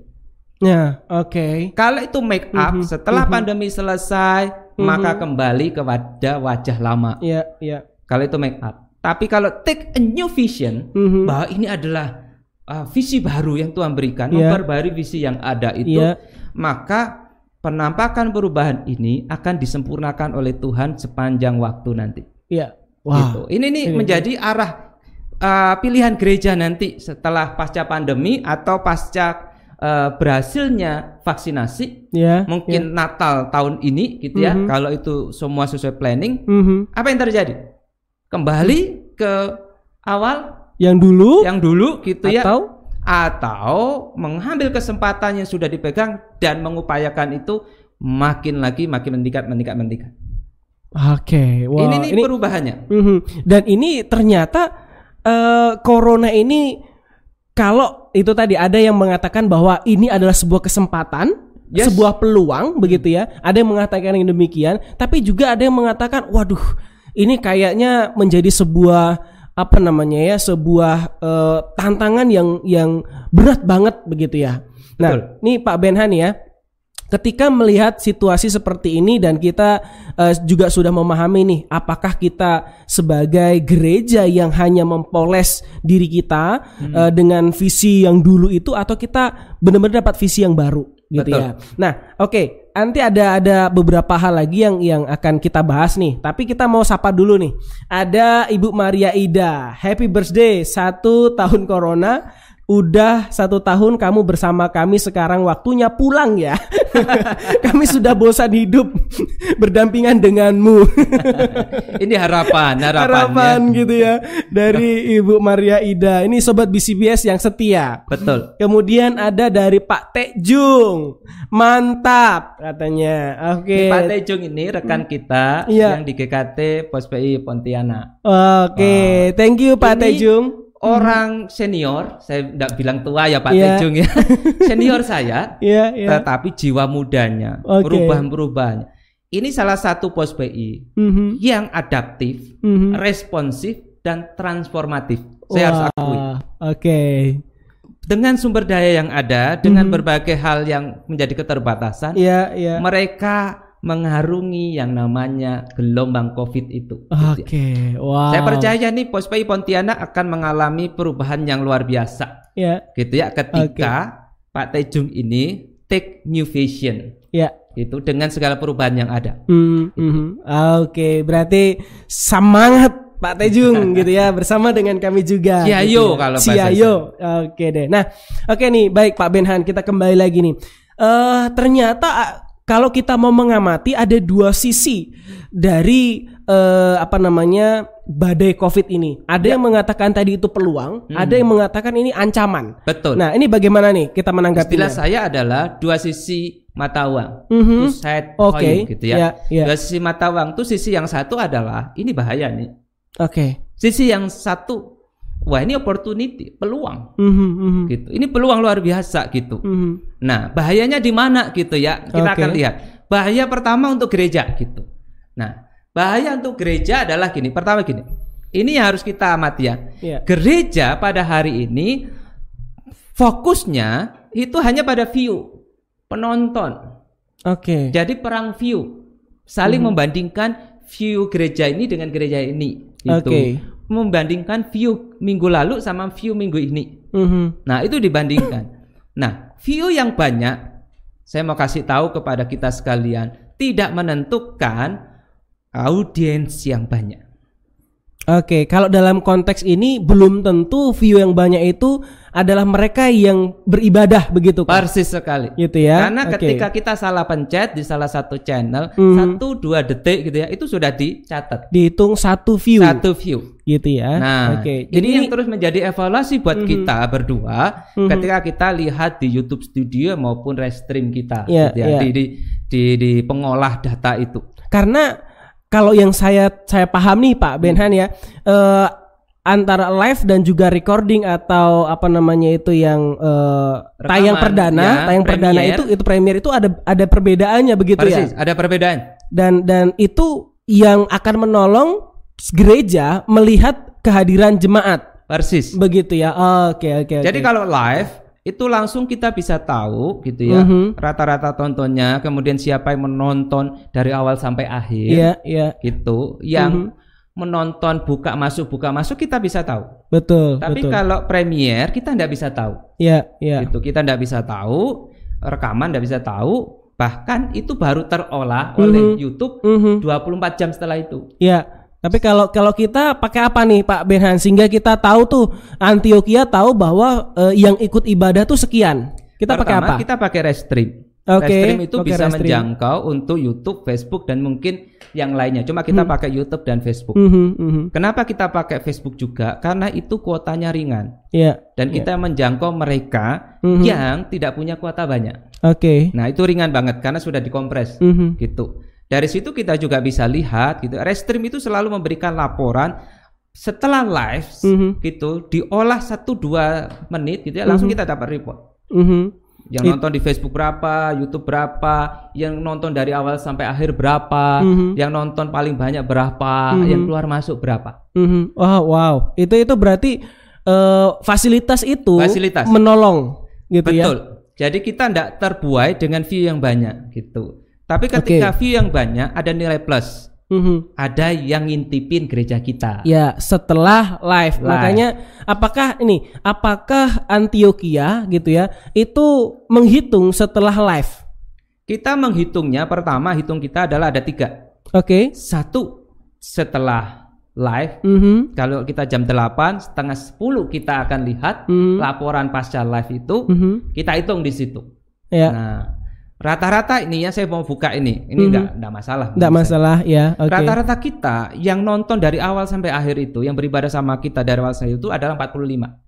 Kalau itu make up setelah pandemi selesai maka kembali kepada wajah lama. Kalau itu make up. Tapi kalau take a new vision bahwa ini adalah visi baru yang Tuhan berikan, memperbarui visi yang ada itu, maka penampakan perubahan ini akan disempurnakan oleh Tuhan sepanjang waktu nanti. Gitu. Ini menjadi arah pilihan gereja nanti setelah pasca pandemi atau pasca berhasilnya vaksinasi, mungkin Natal tahun ini gitu ya. Kalau itu semua sesuai planning, apa yang terjadi? Kembali ke awal yang dulu gitu atau mengambil kesempatan yang sudah dipegang dan mengupayakan itu makin meningkat. Wow. Ini perubahannya. Dan ini ternyata corona ini, kalau itu tadi ada yang mengatakan bahwa ini adalah sebuah kesempatan, sebuah peluang begitu ya. Ada yang mengatakan yang demikian, tapi juga ada yang mengatakan, waduh, ini kayaknya menjadi sebuah sebuah tantangan yang berat banget begitu ya. Nah, nih Pak Benhan ya. Ketika melihat situasi seperti ini dan kita juga sudah memahami nih, apakah kita sebagai gereja yang hanya mempoles diri kita dengan visi yang dulu itu, atau kita benar-benar dapat visi yang baru gitu. Ya. Nah, oke. Nanti ada beberapa hal lagi yang akan kita bahas nih. Tapi kita mau sapa dulu nih. Ada Ibu Maria Ida. Happy birthday 1 tahun corona. Udah 1 tahun kamu bersama kami, sekarang waktunya pulang ya. Kami sudah bosan hidup berdampingan denganmu. Ini harapan gitu ya dari Ibu Maria Ida. Ini sobat BCBS yang setia. Betul. Kemudian ada dari Pak Tejung. Mantap katanya. Oke. Pak Tejung ini rekan kita yang di GKT POSPI Pontianak. Oke. Thank you Pak Tejung. Orang senior, saya tidak bilang tua ya Pak Tejung ya. Senior saya, tetapi jiwa mudanya, perubahan-perubahannya. Ini salah satu POSPI yang adaptif, responsif dan transformatif. Saya harus akui. Dengan sumber daya yang ada, dengan berbagai hal yang menjadi keterbatasan, mereka mengarungi yang namanya gelombang COVID itu. Wow. Saya percaya nih POSPI Pontianak akan mengalami perubahan yang luar biasa. Gitu ya, ketika Pak Tejung ini take new vision. itu dengan segala perubahan yang ada. Oke, berarti semangat Pak Tejung gitu ya, bersama dengan kami juga. Siayo gitu ya. kalau bahasa Siayo. Oke deh. Nah, oke nih, baik Pak Benhan, kita kembali lagi nih. Ternyata kalau kita mau mengamati ada dua sisi dari badai COVID ini. Ada yang mengatakan tadi itu peluang, ada yang mengatakan ini ancaman. Betul. Nah, ini bagaimana nih kita menanggapinya? Istilah saya adalah dua sisi mata uang, two side coin gitu ya. Dua sisi mata uang tuh, sisi yang satu adalah ini bahaya nih. Sisi yang satu, wah ini opportunity, peluang, gitu. Ini peluang luar biasa gitu. Nah, bahayanya di mana gitu ya? Kita akan lihat. Bahaya pertama untuk gereja gitu. Nah, bahaya untuk gereja adalah gini. Pertama gini, ini yang harus kita amati ya. Gereja pada hari ini fokusnya itu hanya pada view, penonton. Jadi perang view, saling membandingkan view gereja ini dengan gereja ini. Itu membandingkan view minggu lalu sama view minggu ini. Nah, itu dibandingkan. Nah, view yang banyak, saya mau kasih tahu kepada kita sekalian, tidak menentukan audiens yang banyak. Kalau dalam konteks ini belum tentu view yang banyak itu adalah mereka yang beribadah begitu kan? Persis sekali. Gitu ya. Karena ketika kita salah pencet di salah satu channel, 1-2 detik gitu ya, itu sudah dicatat. Dihitung satu view. Gitu ya. Nah, jadi ini yang terus menjadi evaluasi buat kita berdua ketika kita lihat di YouTube Studio maupun Restream kita gitu ya, di pengolah data itu. Karena kalau yang saya paham nih Pak Benhan ya, antara live dan juga recording atau yang tayang perdana itu premier itu ada perbedaannya begitu. Persis, ya. Ada perbedaan. Dan itu yang akan menolong gereja melihat kehadiran jemaat. Persis. Begitu ya. Oke. Jadi kalau live itu langsung kita bisa tahu gitu ya, rata-rata tontonnya, kemudian siapa yang menonton dari awal sampai akhir, gitu. Yang menonton buka masuk kita bisa tahu. Betul. Tapi kalau premier kita tidak bisa tahu. Gitu, kita tidak bisa tahu, rekaman tidak bisa tahu, bahkan itu baru terolah oleh YouTube 24 jam setelah itu. Tapi kalau kita pakai apa nih Pak Benhan sehingga kita tahu tuh Antioquia tahu bahwa yang ikut ibadah tuh sekian. Kita pakai apa? Kita pakai Restream. Restream itu bisa menjangkau untuk YouTube, Facebook dan mungkin yang lainnya. Cuma kita pakai YouTube dan Facebook. Kenapa kita pakai Facebook juga? Karena itu kuotanya ringan. Dan kita menjangkau mereka yang tidak punya kuota banyak. Nah, itu ringan banget karena sudah dikompres gitu. Dari situ kita juga bisa lihat gitu. Restream itu selalu memberikan laporan setelah live gitu, diolah 1-2 menit gitu ya, langsung kita dapat report. Yang nonton di Facebook berapa, YouTube berapa, yang nonton dari awal sampai akhir berapa, yang nonton paling banyak berapa, yang keluar masuk berapa. Wow. Itu berarti fasilitas itu menolong gitu. Betul. Jadi kita tidak terbuai dengan view yang banyak gitu. Tapi ketika view yang banyak ada nilai plus. Ada yang ngintipin gereja kita. Setelah live. Makanya apakah Antioquia gitu ya, itu menghitung setelah live? Kita menghitungnya, pertama hitung kita adalah ada 3. Satu, setelah live. Kalau kita jam 8, setengah 10 kita akan lihat laporan pasca live itu. Kita hitung di situ. Nah, rata-rata ini ya, saya mau buka ini enggak masalah. Enggak masalah ya. Rata-rata kita yang nonton dari awal sampai akhir itu, yang beribadah sama kita dari awal sampai itu adalah 45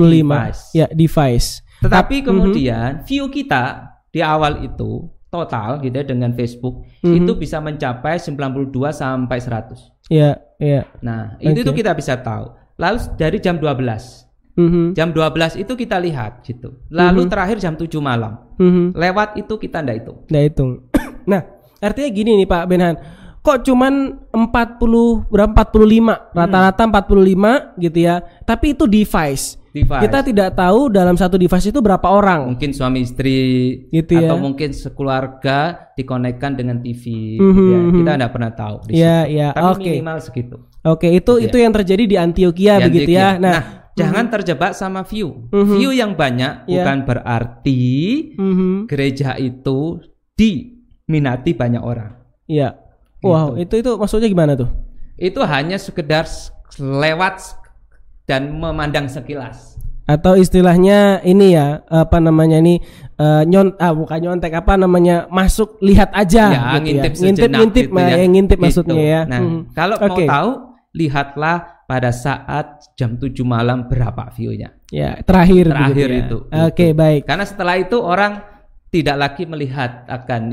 device. Tetapi kemudian view kita di awal itu total gitu ya, dengan Facebook itu bisa mencapai 92 sampai 100. Nah, itu kita bisa tahu. Lalu dari jam 12 jam 12 itu kita lihat gitu. Lalu terakhir jam 7 malam. Lewat itu kita ndak hitung. Nah, artinya gini nih Pak Benhan. Kok cuman 45 rata-rata 45 gitu ya. Tapi itu device. Kita tidak tahu dalam satu device itu berapa orang. Mungkin suami istri gitu atau mungkin sekeluarga dikonekkan dengan TV gitu ya. Kita enggak pernah tahu di situ. Tapi minimal segitu. Itu yang terjadi di Antioquia begitu ya. Nah, jangan terjebak sama view. View yang banyak bukan berarti gereja itu diminati banyak orang. Iya. Wow, itu maksudnya gimana tuh? Itu hanya sekedar lewat dan memandang sekilas. Atau istilahnya ini ya, apa namanya ini bukan nyontek, apa namanya, masuk lihat aja Ya, gitu ngintip ya. Ngintip gitu ya. ngintip Gitu. maksudnya ya. Nah, kalau mau tahu, lihatlah pada saat jam 7 malam berapa view-nya. Ya, terakhir begitu ya. itu. Oke, baik. Karena setelah itu orang tidak lagi melihat akan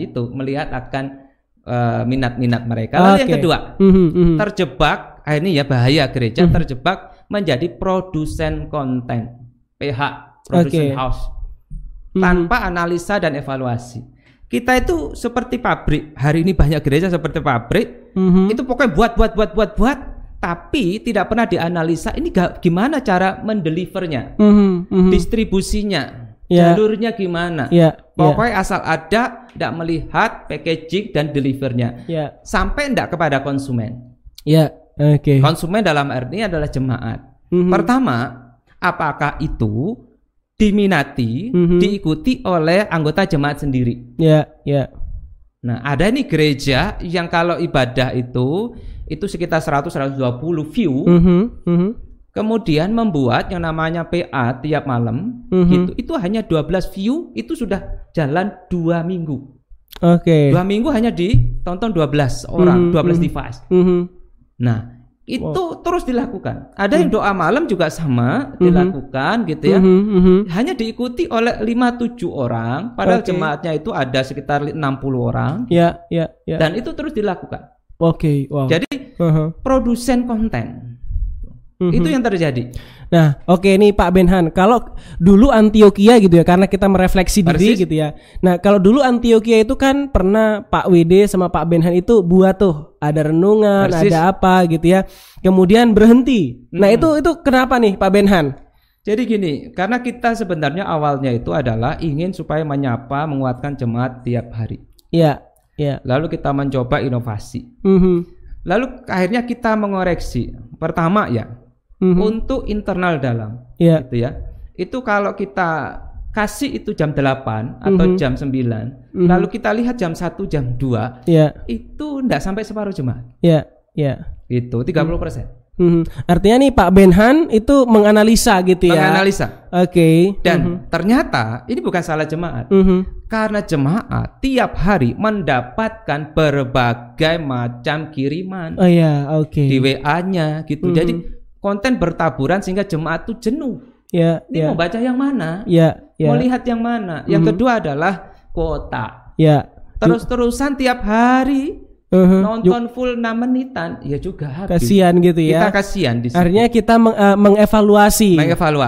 minat-minat mereka. Lalu yang kedua, terjebak, ini ya bahaya gereja, terjebak menjadi produsen konten, PH, production house, tanpa analisa dan evaluasi. Kita itu seperti pabrik. Hari ini banyak gereja seperti pabrik, itu pokoknya buat, tapi tidak pernah dianalisa ini gimana cara mendelivernya, distribusinya, jalurnya gimana. Pokoknya asal ada, tidak melihat packaging dan delivernya, sampai tidak kepada konsumen. Konsumen dalam artinya adalah jemaat. Pertama, apakah itu diminati, diikuti oleh anggota jemaat sendiri? Nah, ada nih gereja yang kalau ibadah itu sekitar 100-120 view, kemudian membuat yang namanya PA tiap malam, gitu. Itu hanya 12 view, itu sudah jalan 2 minggu. 2 minggu hanya ditonton 12 orang, 12 device. Nah, itu terus dilakukan. Ada yang doa malam juga sama dilakukan gitu ya. Hanya diikuti oleh 5-7 orang, padahal jemaatnya itu ada sekitar 60 orang. Dan itu terus dilakukan. Jadi produsen konten. Itu yang terjadi. Nah, nih Pak Benhan, kalau dulu Antioquia gitu ya, karena kita merefleksi diri gitu ya. Nah, kalau dulu Antioquia itu kan pernah Pak WD sama Pak Benhan itu buat tuh ada renungan, ada apa gitu ya. Kemudian berhenti. Nah, itu kenapa nih Pak Benhan? Jadi gini, karena kita sebenarnya awalnya itu adalah ingin supaya menyapa, menguatkan jemaat tiap hari. Lalu kita mencoba inovasi. Lalu akhirnya kita mengoreksi. Pertama untuk internal dalam, gitu ya. Itu kalau kita kasih itu jam 8 atau jam 9, lalu kita lihat jam 1, jam 2, itu enggak sampai separuh jemaat. Itu 30%. Artinya nih Pak Benhan itu menganalisa gitu ya. Menganalisa. Dan ternyata ini bukan salah jemaat. Karena jemaat tiap hari mendapatkan berbagai macam kiriman. Di WA-nya gitu. Jadi konten bertaburan sehingga jemaat tuh jenuh. Ini mau baca yang mana? Mau lihat yang mana? Yang kedua adalah kuota. Terus-terusan tiap hari nonton full 6 menitan, ya juga habis. Kasihan gitu ya. Kita kasihan di situ. Akhirnya kita mengevaluasi.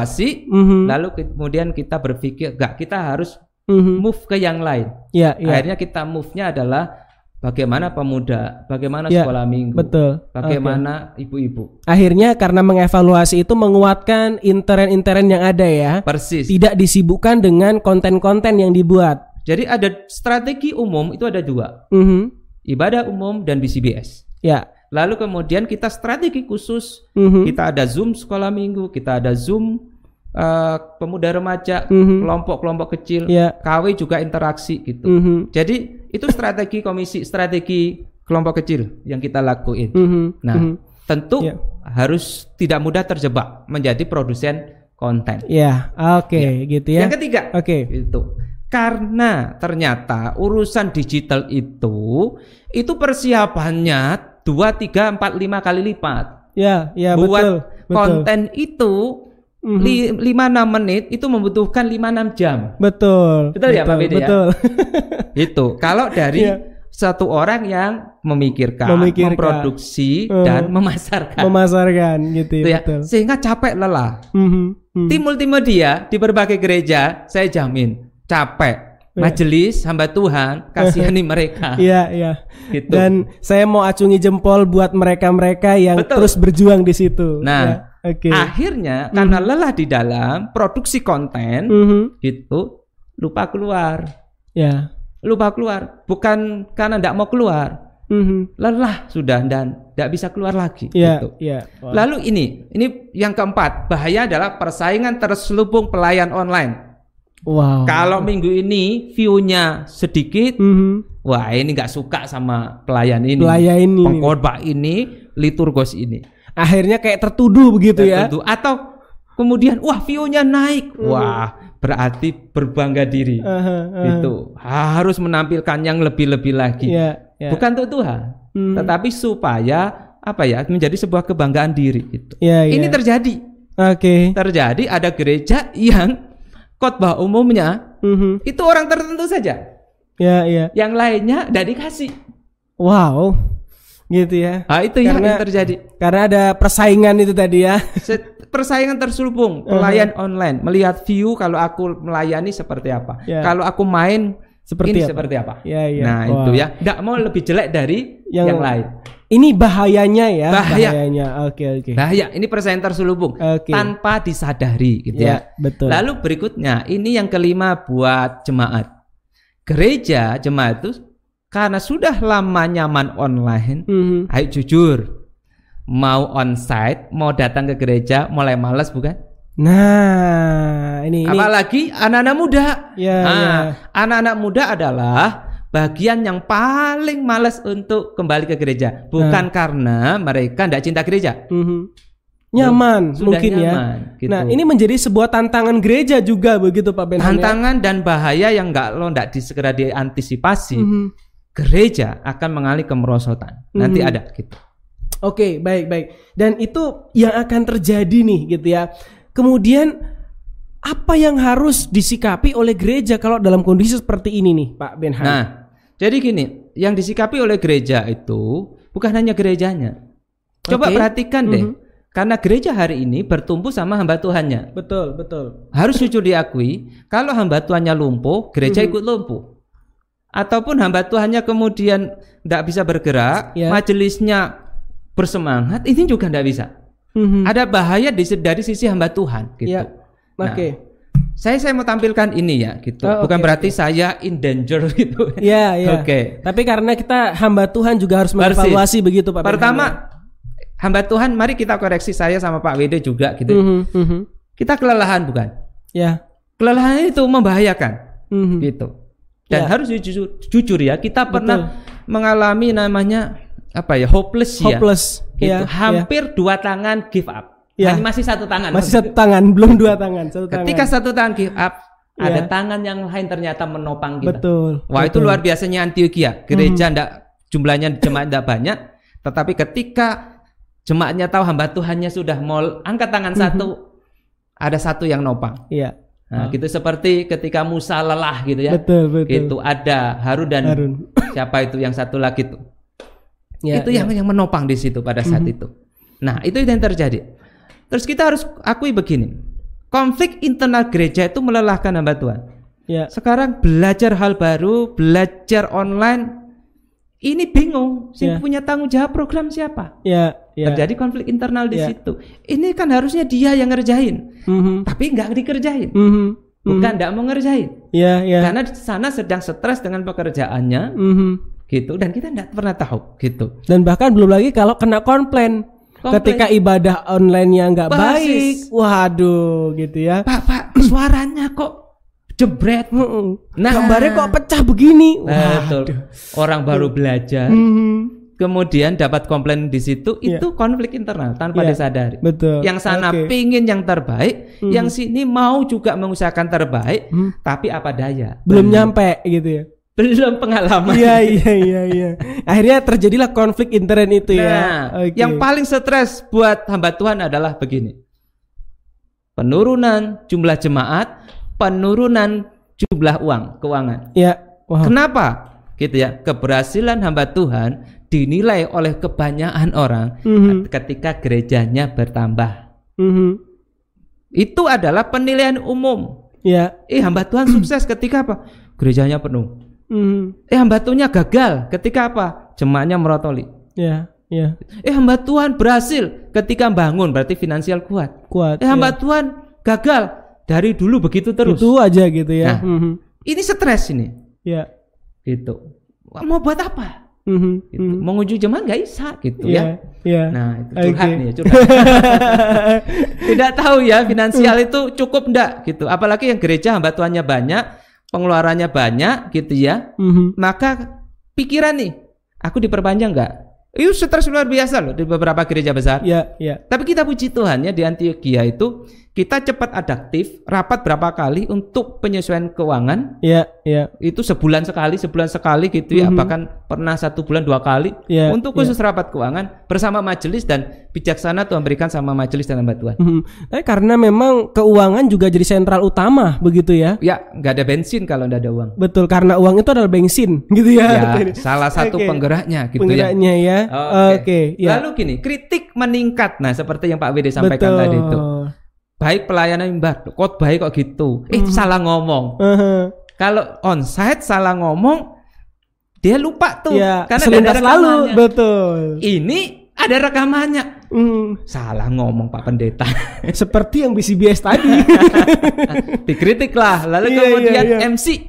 Lalu kemudian kita berpikir, kita harus move ke yang lain. Akhirnya kita move-nya adalah bagaimana pemuda, bagaimana sekolah minggu, bagaimana ibu-ibu. Akhirnya karena mengevaluasi itu menguatkan intern yang ada ya. Persis. Tidak disibukkan dengan konten-konten yang dibuat. Jadi ada strategi umum itu ada 2. Ibadah umum dan BCBS. Lalu kemudian kita strategi khusus. Kita ada Zoom sekolah minggu, kita ada Zoom pemuda remaja, kelompok-kelompok kecil, KW juga interaksi gitu. Jadi itu strategi komisi, strategi kelompok kecil yang kita lakuin. Nah, tentu harus tidak mudah terjebak menjadi produsen konten. Gitu ya. Yang ketiga, itu karena ternyata urusan digital itu persiapannya 2, 3, 4, 5 kali lipat. Buat konten itu 5-6 menit itu membutuhkan 5-6 jam. Betul ya Pak Bede ya? Itu kalau dari satu orang yang memikirkan. Memproduksi dan memasarkan gitu ya. Sehingga capek lelah. Tim multimedia di berbagai gereja saya jamin capek. Majelis hamba Tuhan, kasihani mereka. Gitu. Dan saya mau acungi jempol buat mereka-mereka yang terus berjuang di situ. Nah, akhirnya karena lelah di dalam produksi konten, gitu, lupa keluar. Lupa keluar, bukan karena tidak mau keluar. Lelah sudah dan tidak bisa keluar lagi. Gitu. Lalu ini yang keempat, bahaya adalah persaingan terselubung pelayan online. Kalau minggu ini view-nya sedikit, wah ini nggak suka sama pelayan ini, pengkhotbah ini, liturgos ini. Akhirnya kayak tertuduh begitu ya. Atau kemudian wah view-nya naik, wah berarti berbangga diri. Itu harus menampilkan yang lebih-lebih lagi. Bukan untuk Tuhan, tetapi supaya menjadi sebuah kebanggaan diri gitu. Ini terjadi. Terjadi ada gereja yang khotbah umumnya itu orang tertentu saja. Yang lainnya tidak dikasih. Wow. Gitu ya. Itu yang terjadi. Karena ada persaingan itu tadi ya. Persaingan terselubung, pelayan online melihat view kalau aku melayani seperti apa. Kalau aku main seperti apa. Nah, itu ya. Enggak mau lebih jelek dari yang lain. Ini bahayanya ya. Bahayanya. Oke. Bahaya. Ini persaingan terselubung tanpa disadari gitu ya. Betul. Lalu berikutnya, ini yang kelima buat jemaat. Gereja, jemaat itu karena sudah lama nyaman online, ayo jujur, mau onsite, mau datang ke gereja, mulai malas bukan? Nah, ini apalagi anak-anak muda. Anak-anak muda adalah bagian yang paling malas untuk kembali ke gereja, bukan karena mereka tidak cinta gereja. Nyaman sudah mungkin nyaman, ya. gitu. Nah, ini menjadi sebuah tantangan gereja juga begitu Pak Ben. Tantangan dan bahaya yang tidak segera diantisipasi. Gereja akan mengalami kemerosotan. Nanti ada gitu. Oke, baik. Dan itu yang akan terjadi nih gitu ya. Kemudian apa yang harus disikapi oleh gereja kalau dalam kondisi seperti ini nih, Pak Benhan? Nah, jadi gini, yang disikapi oleh gereja itu bukan hanya gerejanya. Coba perhatikan deh. Karena gereja hari ini bertumbuh sama hamba Tuhannya. Betul. Harus jujur diakui, kalau hamba Tuhannya lumpuh, gereja ikut lumpuh. Ataupun hamba Tuhannya kemudian tidak bisa bergerak, majelisnya bersemangat, ini juga tidak bisa. Ada bahaya dari sisi hamba Tuhan gitu. Saya mau tampilkan ini ya gitu. Bukan berarti saya in danger gitu. Tapi karena kita hamba Tuhan juga harus mengevaluasi begitu Pak. Pertama, hamba Tuhan, mari kita koreksi, saya sama Pak Wede juga gitu. Kita kelelahan bukan? Kelelahan itu membahayakan gitu. Dan harus jujur ya, kita pernah mengalami namanya hopeless ya. Gitu. Hampir 2 tangan give up. Hanya masih 1 tangan. Masih 1 tangan, belum 2 tangan. Ketika 1 tangan give up, ada tangan yang lain ternyata menopang kita. Wah, itu luar biasanya Antioquia. Gereja jumlahnya jemaat tidak banyak, tetapi ketika jemaatnya tahu hamba Tuhannya sudah mau angkat tangan 1, ada 1 yang nopang. Nah, gitu seperti ketika Musa lelah gitu ya. Betul. Itu ada Harun dan siapa itu yang satu lagi tuh. Itu yang menopang di situ pada saat itu. Nah, itu yang terjadi. Terus kita harus akui begini. Konflik internal gereja itu melelahkan hamba Tuhan. Sekarang belajar hal baru, belajar online, ini bingung. Punya tanggung jawab program siapa? Terjadi konflik internal di situ. Ini kan harusnya dia yang ngerjain, tapi nggak dikerjain. Bukan nggak mau ngerjain. Karena di sana sedang stres dengan pekerjaannya, gitu. Dan kita nggak pernah tahu, gitu. Dan bahkan belum lagi kalau kena komplain. Ketika ibadah online-nya nggak baik, waduh, gitu ya. Pak, suaranya kok jebret. Nah, gambarnya kok pecah begini. Betul. Orang baru belajar. Kemudian dapat komplain di situ, itu konflik internal tanpa disadari. Betul. Yang sana pingin yang terbaik, yang sini mau juga mengusahakan terbaik, tapi apa daya? Belum nyampe gitu ya. Belum pengalaman. Iya. Akhirnya terjadilah konflik intern itu ya. Yang paling stres buat hamba Tuhan adalah begini. Penurunan jumlah jemaat, penurunan jumlah keuangan. Kenapa? Gitu ya. Keberhasilan hamba Tuhan dinilai oleh kebanyakan orang ketika gerejanya bertambah. Itu adalah penilaian umum. Hamba Tuhan sukses ketika apa? Gerejanya penuh. Hamba Tuhannya gagal ketika apa? Jemaatnya merotoli. Hamba Tuhan berhasil ketika bangun, berarti finansial kuat. Hamba Tuhan gagal dari dulu begitu terus. Itu aja gitu ya. Nah, ini stres ini. Gitu. Mau buat apa? Gitu. Menguji jemaat nggak bisa gitu ya. Nah, itu curhat nih, curhat. Tidak tahu ya finansial itu cukup enggak gitu. Apalagi yang gereja hamba Tuhannya banyak, pengeluarannya banyak gitu ya. Maka pikiran nih, aku diperpanjang nggak? Itu stres luar biasa loh di beberapa gereja besar. Ya, ya. Tapi kita puji Tuhan ya, di Antioquia itu kita cepat adaptif, rapat berapa kali untuk penyesuaian keuangan. Ya, ya. Itu sebulan sekali gitu ya, bahkan pernah 1 bulan 2 kali Ya, untuk khusus rapat keuangan bersama majelis, dan bijaksana Tuhan berikan sama majelis dan hamba Tuhan. Tapi karena memang keuangan juga jadi sentral utama begitu ya. Ya, nggak ada bensin kalau nggak ada uang. Betul, karena uang itu adalah bensin gitu ya. Ya, salah satu Oke. penggeraknya gitu Penggeraknya ya. Oke, ya. Lalu gini, kritik meningkat. Nah, seperti yang Pak Wede sampaikan Betul. tadi itu. Baik pelayanan mimbar, khotbah kok gitu. Salah ngomong. Kalau onsite salah ngomong, dia lupa tuh. Ya, karena selintas ada lalu, rekamannya. betul. Ini ada rekamannya. Salah ngomong Pak Pendeta. Seperti yang BCBS tadi. Dikritik lah. Lalu Iya, kemudian iya, iya.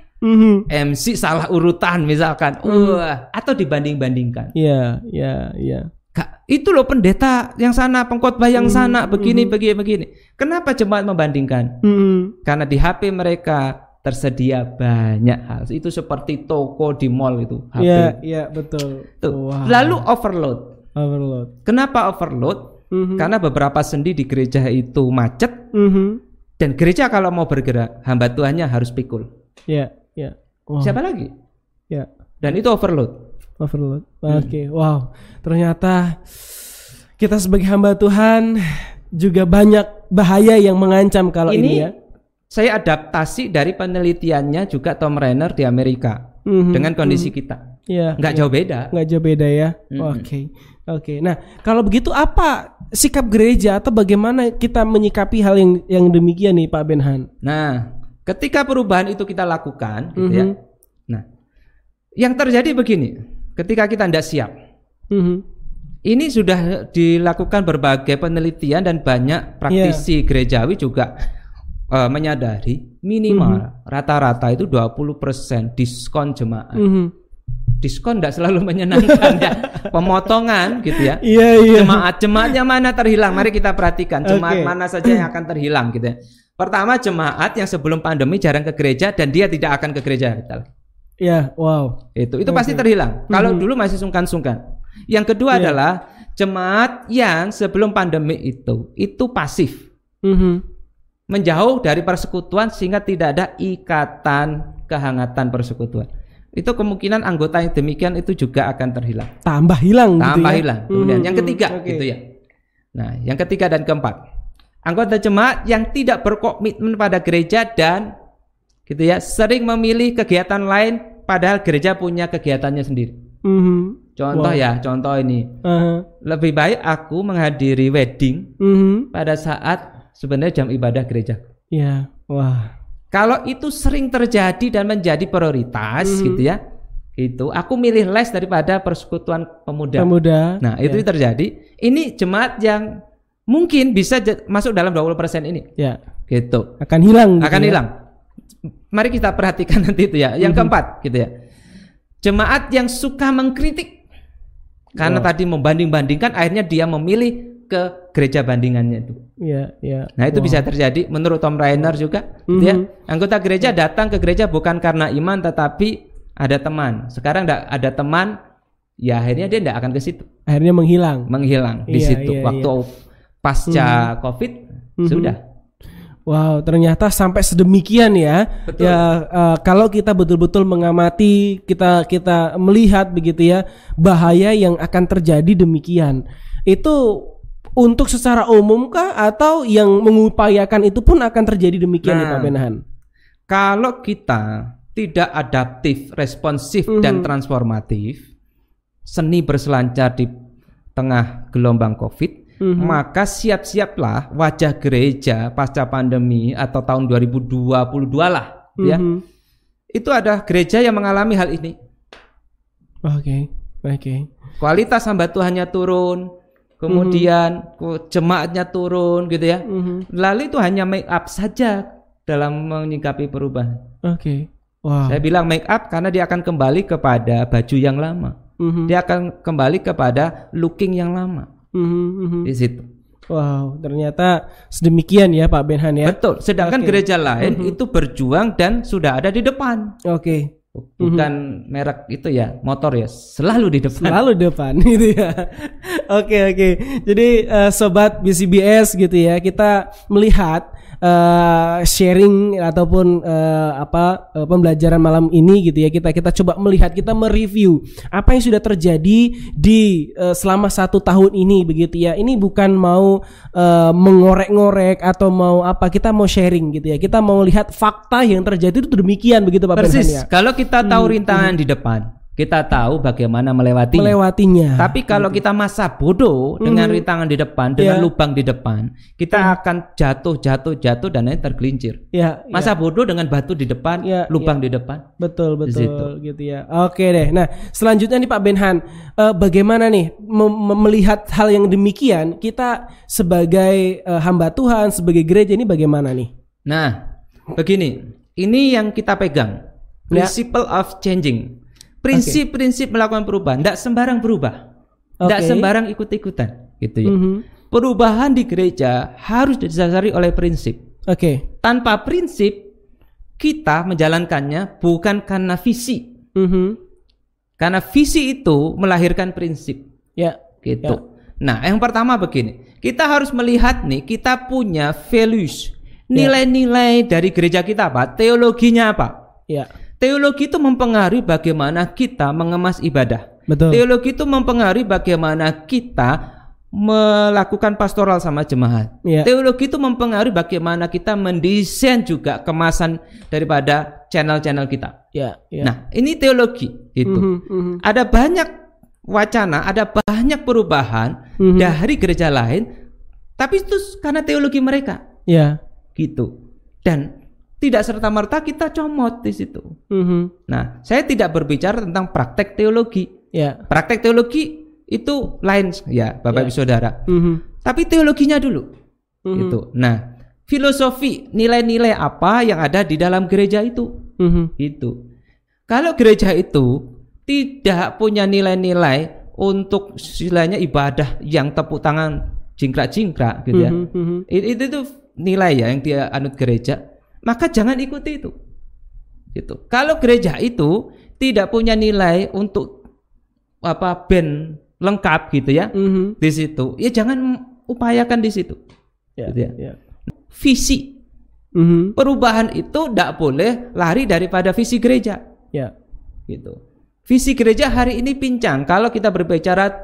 MC salah urutan misalkan. Wah, atau dibanding-bandingkan. Iya, iya, iya. Kak, itu loh pendeta yang sana, pengkhotbah yang sana, begini. Kenapa jemaat membandingkan? Karena di HP mereka tersedia banyak hal. Itu seperti toko di mall itu. HP. Iya, iya, betul. Tuh. Wow. Lalu overload. Overload. Kenapa overload? Karena beberapa sendi di gereja itu macet, dan gereja kalau mau bergerak, hamba Tuhannya harus pikul. Iya, iya. Wow. Siapa lagi? Ya. Dan itu overload. Overload. Oke, wow. Ternyata kita sebagai hamba Tuhan juga banyak bahaya yang mengancam kalau ini ya. Saya adaptasi dari penelitiannya juga Tom Rainer di Amerika dengan kondisi kita. Iya. Nggak jauh beda. Nggak jauh beda ya. Oke. Oke. Nah, kalau begitu apa sikap gereja atau bagaimana kita menyikapi hal yang demikian nih Pak Benhan? Nah, ketika perubahan itu kita lakukan gitu ya. Nah, yang terjadi begini. Ketika kita tidak siap, ini sudah dilakukan berbagai penelitian dan banyak praktisi gerejawi juga menyadari minimal rata-rata itu 20% diskon jemaat. Diskon tidak selalu menyenangkan ya, pemotongan gitu ya. Iya. Jemaat-jemaatnya mana terhilang? Mari kita perhatikan jemaat mana saja yang akan terhilang gitu ya. Pertama, jemaat yang sebelum pandemi jarang ke gereja dan dia tidak akan ke gereja. Ya, wow. Itu pasti terhilang. Kalau dulu masih sungkan-sungkan. Yang kedua adalah jemaat yang sebelum pandemi itu pasif, menjauh dari persekutuan sehingga tidak ada ikatan kehangatan persekutuan. Itu kemungkinan anggota yang demikian itu juga akan terhilang. Tambah hilang. Tambah gitu ya? hilang. Kemudian yang ketiga, gitu ya. Nah, yang ketiga dan keempat, anggota jemaat yang tidak berkomitmen pada gereja dan gitu ya, sering memilih kegiatan lain padahal gereja punya kegiatannya sendiri. Contoh ya, contoh ini. Lebih baik aku menghadiri wedding pada saat sebenarnya jam ibadah gereja. Ya, wah. Kalau itu sering terjadi dan menjadi prioritas gitu ya, itu aku milih les daripada persekutuan pemuda. Nah, itu terjadi. Ini jemaat yang mungkin bisa masuk dalam 20% ini. Ya. Gitu. Akan hilang. Akan gitu ya? hilang. Mari kita perhatikan nanti itu ya. Yang keempat gitu ya. Jemaat yang suka mengkritik. Karena tadi membanding-bandingkan akhirnya dia memilih ke gereja bandingannya itu. Iya. Nah, itu bisa terjadi menurut Tom Rainer juga gitu ya. Anggota gereja datang ke gereja bukan karena iman tetapi ada teman. Sekarang enggak ada teman, ya akhirnya dia enggak akan ke situ. Akhirnya menghilang di situ. Waktu pasca Covid sudah. Wow, ternyata sampai sedemikian ya. Betul. Ya, kalau kita betul-betul mengamati, kita melihat begitu ya, bahaya yang akan terjadi demikian. Itu untuk secara umum kah atau yang mengupayakan itu pun akan terjadi demikian nih Pak Benhan? Kalau kita tidak adaptif, responsif dan transformatif, seni berselancar di tengah gelombang Covid, maka siap-siaplah wajah gereja pasca pandemi atau tahun 2022 lah ya. Itu ada gereja yang mengalami hal ini. Oke. Kualitas hamba Tuhannya turun, kemudian jemaatnya turun gitu ya. Lalu itu hanya make up saja dalam menyikapi perubahan. Oke. Wow. Saya bilang make up karena dia akan kembali kepada baju yang lama. Dia akan kembali kepada looking yang lama. Di situ. Wow, ternyata sedemikian ya Pak Benhan ya. Betul. Sedangkan gereja lain itu berjuang dan sudah ada di depan. Oke. bukan merek itu ya, motor ya, selalu di depan. Selalu depan gitu ya. Oke. Jadi sobat BCBS gitu ya, kita melihat sharing ataupun pembelajaran malam ini gitu ya, kita coba melihat, kita mereview apa yang sudah terjadi di selama 1 tahun ini begitu ya. Ini bukan mau mengorek-ngorek atau mau apa, kita mau sharing gitu ya, kita mau lihat fakta yang terjadi itu demikian begitu Pak Persis. Benhan ya. Kalau kita tahu rintangan di depan, kita tahu bagaimana melewatinya. Tapi kalau kita masa bodoh dengan rintangan di depan, dengan lubang di depan, kita akan jatuh dan nanti tergelincir. Masa bodoh dengan batu di depan, lubang di depan. Betul gitu ya. Oke deh. Nah, selanjutnya nih Pak Benhan, bagaimana nih melihat hal yang demikian, kita sebagai hamba Tuhan, sebagai gereja ini bagaimana nih? Nah, begini, ini yang kita pegang. Principle of changing. Prinsip-prinsip melakukan perubahan, tidak sembarang berubah, tidak sembarang ikut-ikutan, gitu ya. Perubahan di gereja harus didasari oleh prinsip. Tanpa prinsip, kita menjalankannya bukan karena visi, karena visi itu melahirkan prinsip, gitu. Nah, yang pertama begini, kita harus melihat nih, kita punya values, nilai-nilai dari gereja kita apa, teologinya apa. Teologi itu mempengaruhi bagaimana kita mengemas ibadah. Teologi itu mempengaruhi bagaimana kita melakukan pastoral sama jemaat. Teologi itu mempengaruhi bagaimana kita mendesain juga kemasan daripada channel-channel kita. Nah, ini teologi gitu. Ada banyak wacana, ada banyak perubahan dari gereja lain, tapi itu karena teologi mereka. Gitu. Dan tidak serta-merta kita comot di situ. Nah, saya tidak berbicara tentang praktek teologi. Praktek teologi itu lain ya, Bapak Ibu Saudara. Tapi teologinya dulu. Gitu. Nah, filosofi, nilai-nilai apa yang ada di dalam gereja itu. Itu. Kalau gereja itu tidak punya nilai-nilai untuk istilahnya ibadah yang tepuk tangan jingkrak-jingkrak gitu ya. Itu nilai ya yang dia anut gereja. Maka jangan ikuti itu. Gitu. Kalau gereja itu tidak punya nilai untuk band lengkap gitu ya, di situ, ya jangan upayakan di situ. Gitu ya. Visi perubahan itu tidak boleh lari daripada visi gereja. Gitu. Visi gereja hari ini pincang. Kalau kita berbicara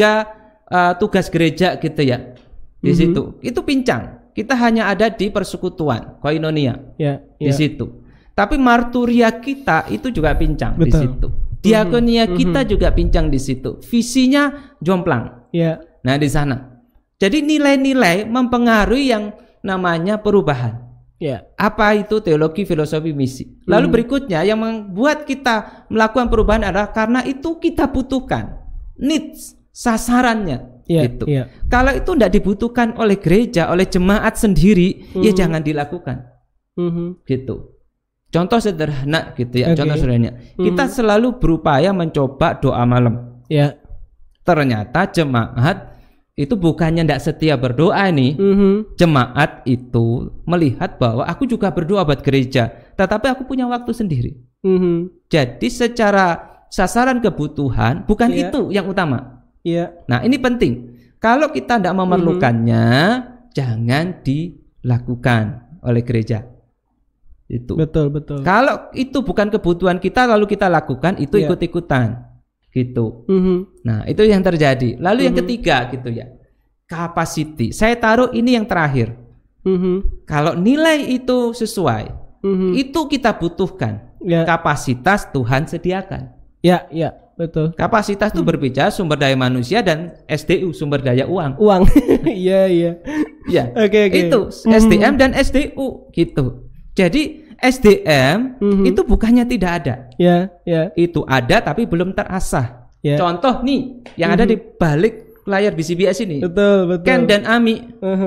3 tugas gereja gitu ya, di situ, itu pincang. Kita hanya ada di persekutuan, koinonia, di situ. Tapi marturia kita itu juga pincang di situ. Diakonia kita juga pincang di situ. Visinya jomplang. Nah, di sana. Jadi nilai-nilai mempengaruhi yang namanya perubahan. Apa itu teologi, filosofi, misi. Lalu berikutnya yang membuat kita melakukan perubahan adalah karena itu kita butuhkan. Needs, sasarannya. Gitu. Kalau itu tidak dibutuhkan oleh gereja, oleh jemaat sendiri, ya jangan dilakukan. Gitu. Contoh sederhana gitu ya. Contoh sederhana. Kita selalu berupaya mencoba doa malam. Ternyata jemaat itu bukannya tidak setia berdoa nih. Jemaat itu melihat bahwa aku juga berdoa buat gereja, tetapi aku punya waktu sendiri. Jadi secara sasaran kebutuhan bukan itu yang utama. Nah, ini penting. Kalau kita tidak memerlukannya, jangan dilakukan oleh gereja. Itu. Betul. Kalau itu bukan kebutuhan kita lalu kita lakukan, itu ikut-ikutan. Gitu. Nah, itu yang terjadi. Lalu yang ketiga gitu ya. Capacity. Saya taruh ini yang terakhir. Kalau nilai itu sesuai, itu kita butuhkan. Kapasitas Tuhan sediakan. Betul. Kapasitas itu berbicara sumber daya manusia dan SDU, sumber daya uang. Iya. Itu SDM dan SDU gitu. Jadi SDM itu bukannya tidak ada. Itu ada tapi belum terasah. Contoh nih yang ada di balik layar BCBS ini. Betul. Ken dan Ami.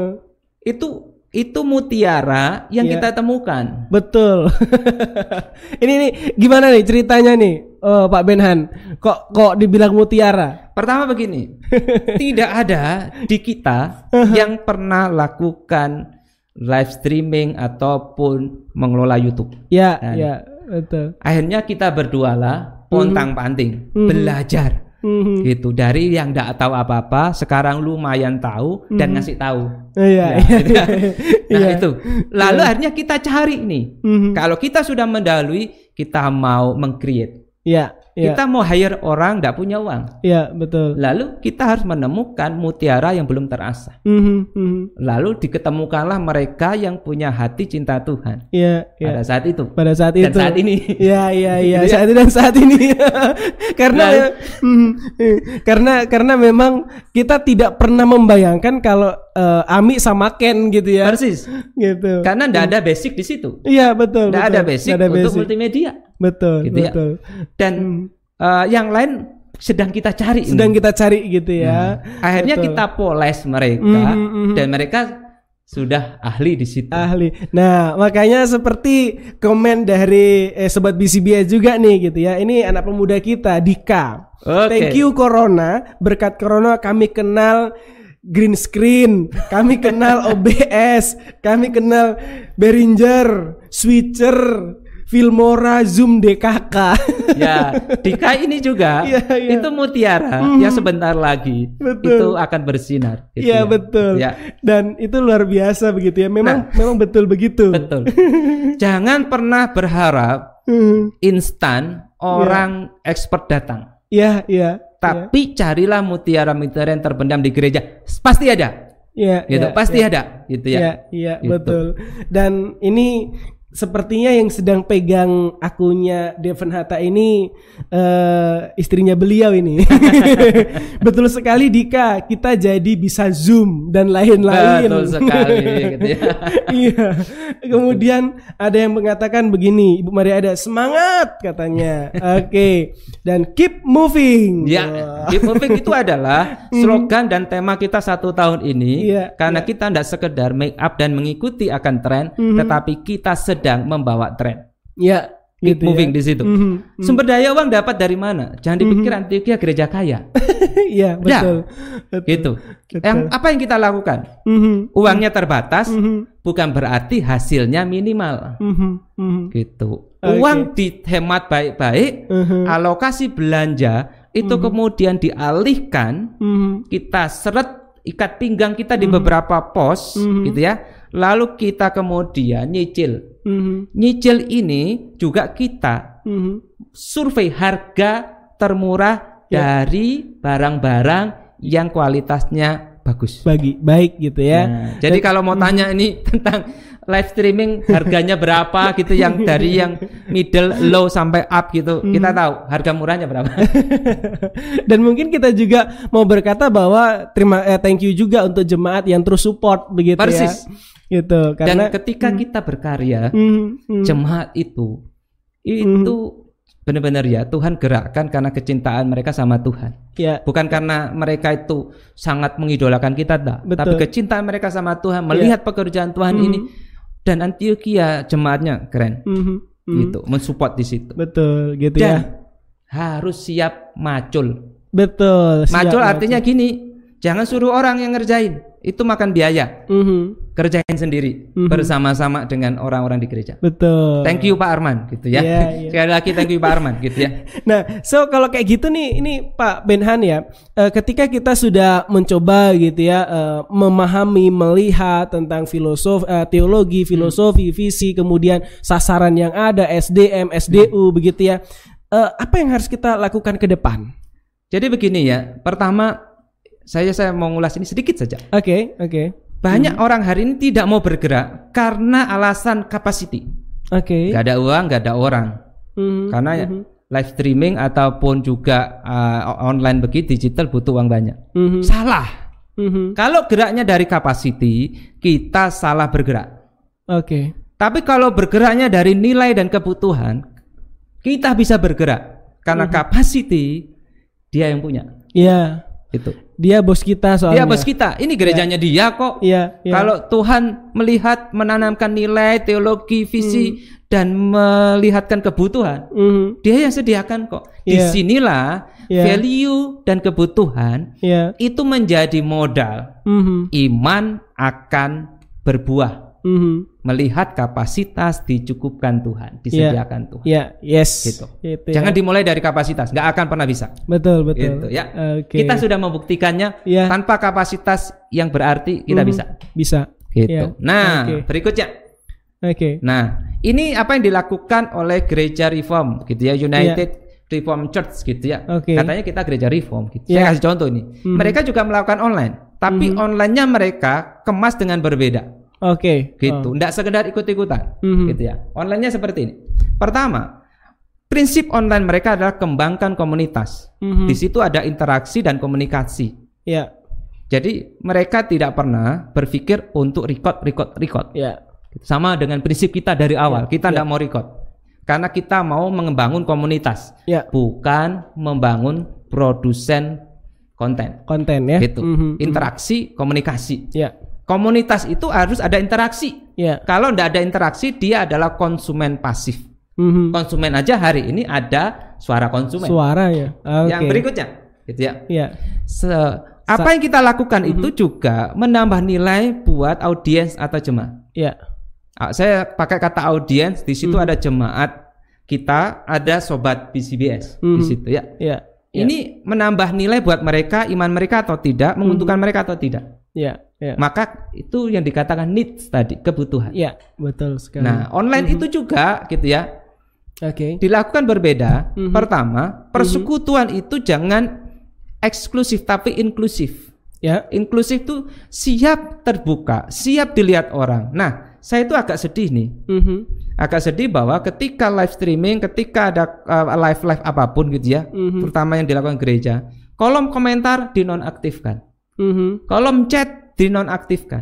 Itu mutiara yang kita temukan. Betul. ini gimana nih ceritanya nih, Pak Benhan? Kok dibilang mutiara? Pertama begini, tidak ada di kita yang pernah lakukan live streaming ataupun mengelola YouTube. betul. Akhirnya kita berdualah pontang-panting belajar. Gitu, dari yang enggak tahu apa-apa sekarang lumayan tahu dan ngasih tahu. Iya. Nah, itu. Lalu akhirnya kita cari nih. Kalau kita sudah mendahului, kita mau meng-create. Iya. Kita mau hire orang enggak punya uang. Iya, betul. Lalu kita harus menemukan mutiara yang belum terasah. Lalu diketemukanlah mereka yang punya hati cinta Tuhan. Iya. Pada saat itu. Pada saat dan itu. saat ini. Iya. Saat itu dan saat ini. karena memang kita tidak pernah membayangkan kalau Ami sama Ken gitu ya. Persis. Gitu. Karena enggak ada basic di situ. Iya, betul. Enggak ada basic untuk multimedia. Betul, gitu betul. Ya. Dan yang lain sedang kita cari. Kita cari gitu ya. Akhirnya betul. kita poles mereka dan mereka sudah ahli di situ. Ahli. Nah, makanya seperti komen dari sobat BCBS juga nih gitu ya. Ini anak pemuda kita, Dika. Thank you Corona. Berkat Corona kami kenal green screen, kami kenal OBS, kami kenal Behringer, Switcher, Filmora, Zoom, DKK. Ya, Dika ini juga itu mutiara yang sebentar lagi itu akan bersinar. Gitu Iya, betul. Ya. Dan itu luar biasa begitu ya. Memang betul begitu. Betul. Jangan pernah berharap instan orang expert datang. Iya. Tapi carilah mutiara-mutiara yang terpendam di gereja. Pasti ada. Iya, gitu. Pasti ada, gitu ya. Iya, gitu. Betul. Dan ini sepertinya yang sedang pegang akunnya Devon Hatta ini istrinya beliau ini. Betul sekali Dika, kita jadi bisa Zoom dan lain-lain. Betul sekali gitu ya. Iya. Kemudian ada yang mengatakan begini, Ibu Maria ada semangat katanya. Oke. Dan keep moving. Ya, keep moving itu adalah slogan dan tema kita 1 tahun ini. Karena kita tidak sekedar make up dan mengikuti akan tren, tetapi kita sedang membawa tren. Ya, keep gitu moving ya. di situ. Sumber daya uang dapat dari mana? Jangan dipikir Antioquia gereja kaya. Iya, betul. Gitu. Apa yang kita lakukan? Uangnya terbatas, bukan berarti hasilnya minimal. Gitu. Uang dihemat baik-baik, alokasi belanja itu kemudian dialihkan, kita seret ikat pinggang kita di beberapa pos, gitu ya. Lalu kita kemudian nyicil. Nyicil ini juga kita survei harga termurah dari barang-barang yang kualitasnya bagus. Baik gitu ya. Nah, jadi kalau mau tanya ini tentang live streaming harganya berapa gitu, yang dari yang middle, low sampai up gitu, kita tahu harga murahnya berapa. Dan mungkin kita juga mau berkata bahwa thank you juga untuk jemaat yang terus support begitu. Persis. Ya. Gitu. Karena dan ketika kita berkarya, jemaat itu benar-benar ya Tuhan gerakkan karena kecintaan mereka sama Tuhan. Ya. Bukan karena mereka itu sangat mengidolakan kita, tapi kecintaan mereka sama Tuhan, melihat pekerjaan Tuhan ini. Dan Antioquia jemaatnya keren, gitu, mensupport di situ. Betul, gitu dan ya. Harus siap macul. Betul. Macul artinya gini, jangan suruh orang yang ngerjain, itu makan biaya. Kerjain sendiri bersama-sama dengan orang-orang di gereja. Betul. Thank you Pak Arman, gitu ya. Sekali lagi thank you Pak Arman, gitu ya. Nah, so kalau kayak gitu nih, ini Pak Benhan ya, ketika kita sudah mencoba gitu ya, memahami, melihat tentang teologi, filosofi, visi, kemudian sasaran yang ada, SDM, SDU, begitu ya, apa yang harus kita lakukan ke depan? Jadi begini ya, pertama saya mau ngulas ini sedikit saja. Oke. Banyak orang hari ini tidak mau bergerak karena alasan capacity. Gak ada uang, gak ada orang. Karena live streaming ataupun juga online begitu digital butuh uang banyak. Salah. Kalau geraknya dari capacity, kita salah bergerak. Tapi kalau bergeraknya dari nilai dan kebutuhan, kita bisa bergerak karena capacity dia yang punya. Iya. Itu. Dia bos kita soalnya. Dia bos kita. Ini gerejanya dia kok. Iya. Kalau Tuhan melihat, menanamkan nilai, teologi, visi dan melihatkan kebutuhan, dia yang sediakan kok. Disinilah value dan kebutuhan itu menjadi modal. Iman akan berbuah. Melihat kapasitas dicukupkan Tuhan, disediakan Tuhan. Gitu. Jangan dimulai dari kapasitas, nggak akan pernah bisa. Betul. Gitu, ya. Kita sudah membuktikannya tanpa kapasitas yang berarti kita bisa. Gitu. Nah, berikutnya. Nah, ini apa yang dilakukan oleh gereja Reform, gitu ya, United Reform Church, gitu ya. Katanya kita gereja Reform. Gitu. Saya kasih contoh ini. Mereka juga melakukan online, tapi online-nya mereka kemas dengan berbeda. Gitu, nggak sekedar ikut-ikutan, gitu ya. Online-nya seperti ini. Pertama, prinsip online mereka adalah kembangkan komunitas. Di situ ada interaksi dan komunikasi. Jadi mereka tidak pernah berpikir untuk record. Sama dengan prinsip kita dari awal, kita tidak mau record, karena kita mau membangun komunitas, bukan membangun produsen konten ya. Gitu. Interaksi, komunikasi. Komunitas itu harus ada interaksi. Kalau tidak ada interaksi, dia adalah konsumen pasif. Konsumen aja hari ini ada suara konsumen. Yang berikutnya, gitu ya. Apa yang kita lakukan itu juga menambah nilai buat audiens atau jemaat. Saya pakai kata audiens, di situ ada jemaat kita, ada sobat BCBS di situ ya. Ini menambah nilai buat mereka, iman mereka atau tidak, menguntungkan mereka atau tidak. Maka itu yang dikatakan needs tadi, kebutuhan. Betul sekali. Nah, online itu juga gitu ya. Dilakukan berbeda. Pertama, persekutuan itu jangan eksklusif tapi inklusif. Inklusif itu siap terbuka, siap dilihat orang. Nah, saya itu agak sedih nih. Agak sedih bahwa ketika live streaming, ketika ada live apapun gitu ya, terutama yang dilakukan gereja, kolom komentar dinonaktifkan. Kolom chat dinonaktifkan.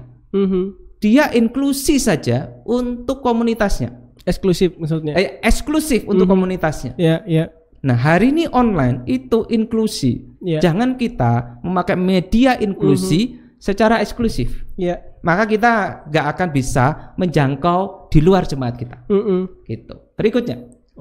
Dia inklusi saja untuk komunitasnya. Eksklusif maksudnya. Eksklusif untuk komunitasnya. Nah, hari ini online itu inklusi. Jangan kita memakai media inklusi secara eksklusif. Maka kita gak akan bisa menjangkau di luar jemaat kita. Gitu. Berikutnya.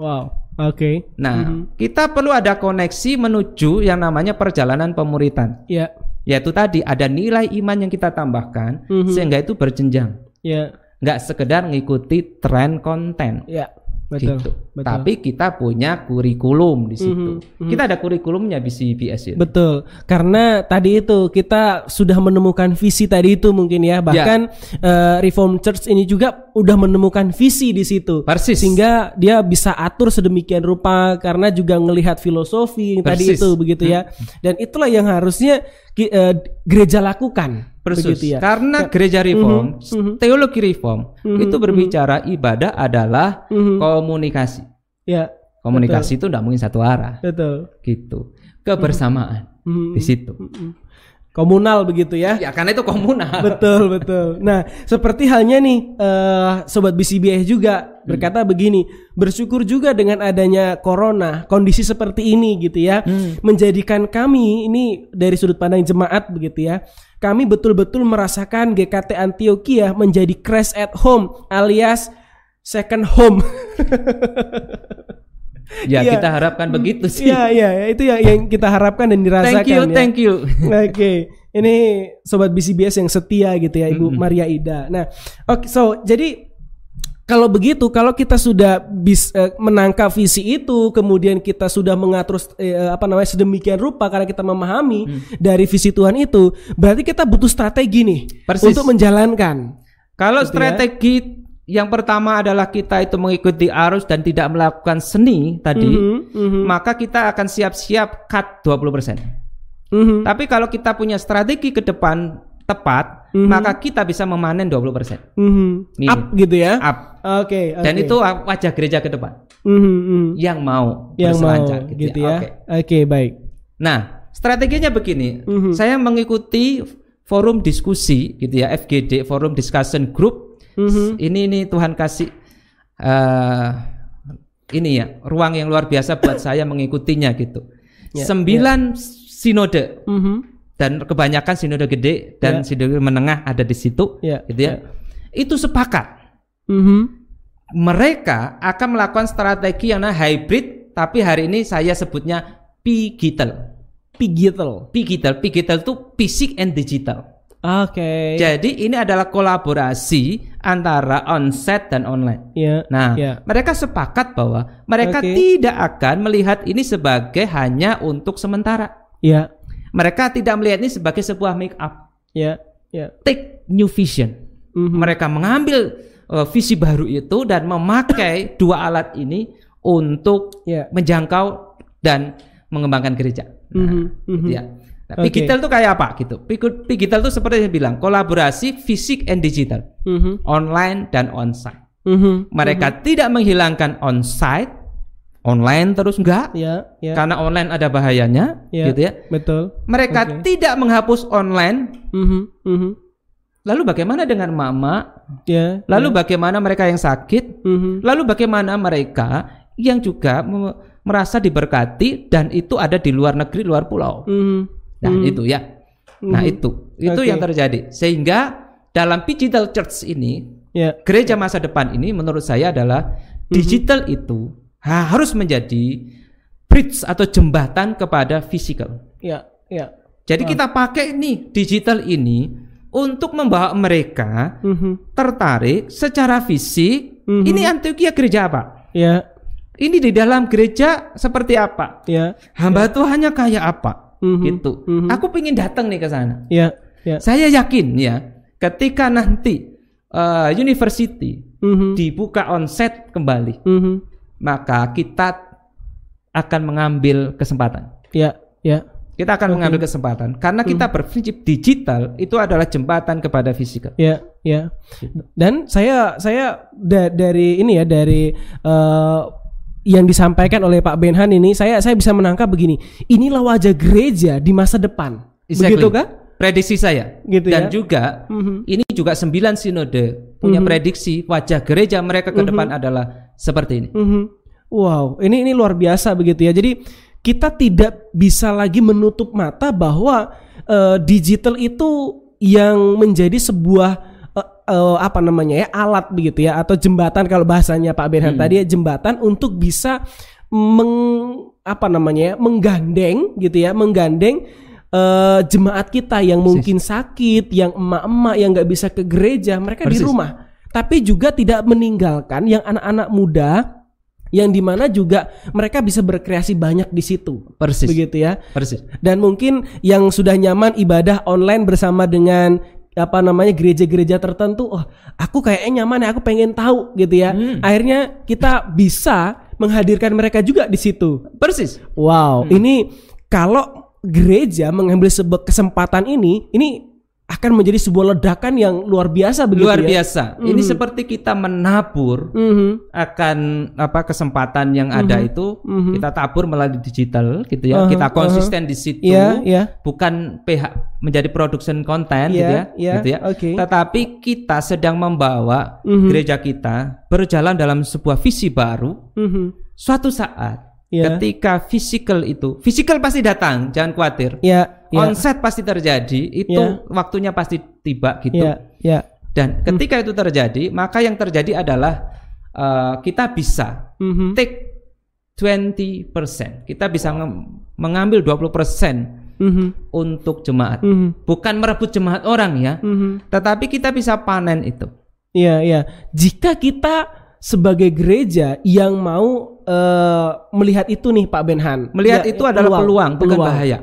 Nah, kita perlu ada koneksi menuju yang namanya perjalanan pemuritan. Yaitu tadi ada nilai iman yang kita tambahkan sehingga itu berjenjang. Nggak sekedar ngikuti tren konten. Betul. Tapi kita punya kurikulum di situ. Kita ada kurikulumnya BCBS itu. Betul. Karena tadi itu kita sudah menemukan visi tadi itu mungkin ya. Bahkan Reform Church ini juga udah menemukan visi di situ. Persis. Sehingga dia bisa atur sedemikian rupa karena juga ngelihat filosofi yang tadi itu begitu ya. Dan itulah yang harusnya gereja lakukan. Ya. Karena gereja Reform, teologi Reform itu berbicara ibadah adalah komunikasi. Komunikasi itu tidak mungkin satu arah. Gitu. Kebersamaan di situ. Komunal begitu ya. Karena itu komunal. Betul. Nah, seperti halnya nih sobat BCBS juga berkata begini, bersyukur juga dengan adanya corona, kondisi seperti ini gitu ya, menjadikan kami ini dari sudut pandang jemaat begitu ya. Kami betul-betul merasakan GKT Antioquia menjadi crash at home alias second home. Kita harapkan begitu sih. Itu yang kita harapkan dan dirasakan. Thank you. Ini sobat BCBS yang setia gitu ya, Ibu Maria Ida. Nah, jadi kalau begitu, kalau kita sudah menangkap visi itu, kemudian kita sudah mengatur sedemikian rupa karena kita memahami dari visi Tuhan itu, berarti kita butuh strategi nih untuk menjalankan. Kalau strategi yang pertama adalah kita itu mengikuti arus dan tidak melakukan seni tadi, maka kita akan siap-siap cut 20%. Tapi kalau kita punya strategi ke depan tepat, maka kita bisa memanen 20%. Up gitu ya. Up. Oke. Dan itu wajah gereja ke depan. Yang mau berselancar gitu ya. Oke, baik. Nah, strateginya begini. Saya mengikuti forum diskusi gitu ya, FGD, Forum Discussion Group. Ini Tuhan kasih ruang yang luar biasa buat saya mengikutinya gitu. 9 sinode dan kebanyakan sinode gede dan sinode menengah ada di situ, gitu ya. Itu sepakat. Mereka akan melakukan strategi yang hybrid, tapi hari ini saya sebutnya pigital. Pigital itu fisik and digital. Oke. Jadi ini adalah kolaborasi antara onsite dan online. Ya. Nah, ya. mereka sepakat bahwa mereka tidak akan melihat ini sebagai hanya untuk sementara. Ya. Mereka tidak melihat ini sebagai sebuah make up. Ya. Ya. Take new vision. Mereka mengambil visi baru itu dan memakai dua alat ini untuk menjangkau dan mengembangkan gereja. Nah, ya. Nah, Pigital itu kayak apa gitu? Pigital itu seperti yang bilang, kolaborasi fisik and digital, online dan onsite. Mereka tidak menghilangkan onsite, online terus enggak, karena online ada bahayanya, gitu ya. Betul. Mereka tidak menghapus online. Lalu bagaimana dengan mama? Lalu bagaimana mereka yang sakit? Lalu bagaimana mereka yang juga merasa diberkati dan itu ada di luar negeri, luar pulau? Nah itu ya. Nah itu yang terjadi. Sehingga dalam Pigital Church ini, gereja masa depan ini menurut saya adalah digital itu harus menjadi bridge atau jembatan kepada physical. Jadi kita pakai nih digital ini untuk membawa mereka tertarik secara fisik. Ini Antioquia gereja apa? Ini di dalam gereja seperti apa? Hamba Tuhannya kayak apa? Gitu. Aku pengen datang nih ke sana. Saya yakin ya, ketika nanti university dibuka onsite kembali, maka kita akan mengambil kesempatan. Kita akan mengambil kesempatan karena kita berprinsip digital itu adalah jembatan kepada fisikal. Dan saya dari ini ya, dari yang disampaikan oleh Pak Benhan ini, saya bisa menangkap begini. Inilah wajah gereja di masa depan. Begitu kan? Prediksi saya. Gitu dan ya? juga ini juga 9 sinode punya prediksi wajah gereja mereka ke depan adalah seperti ini. Wow, ini luar biasa begitu ya. Jadi kita tidak bisa lagi menutup mata bahwa digital itu yang menjadi sebuah alat begitu ya, atau jembatan kalau bahasanya Pak Benhan tadi ya, jembatan untuk bisa menggandeng gitu ya, menggandeng jemaat kita yang mungkin sakit, yang emak-emak yang nggak bisa ke gereja, mereka di rumah, tapi juga tidak meninggalkan yang anak-anak muda yang dimana juga mereka bisa berkreasi banyak di situ. Persis. Begitu ya. Persis. Dan mungkin yang sudah nyaman ibadah online bersama dengan gereja-gereja tertentu, aku kayaknya nyaman ya, aku pengen tahu gitu ya. Akhirnya kita bisa menghadirkan mereka juga di situ. Persis. Wow, ini kalau gereja mengambil sebuah kesempatan ini akan menjadi sebuah ledakan yang luar biasa begitu. Luar biasa. Ini seperti kita menabur akan kesempatan yang ada itu, kita tabur melalui digital gitu ya. Kita konsisten di situ. Bukan menjadi production content gitu ya. Tetapi kita sedang membawa gereja kita berjalan dalam sebuah visi baru. Suatu saat ketika physical pasti datang, jangan khawatir. Onsite pasti terjadi, itu waktunya pasti tiba gitu. Dan ketika itu terjadi, maka yang terjadi adalah kita bisa take 20%. Kita bisa mengambil 20% untuk jemaat. Bukan merebut jemaat orang ya, tetapi kita bisa panen itu. Jika kita sebagai gereja yang mau melihat itu nih Pak Benhan, melihat itu adalah peluang, bukan bahaya.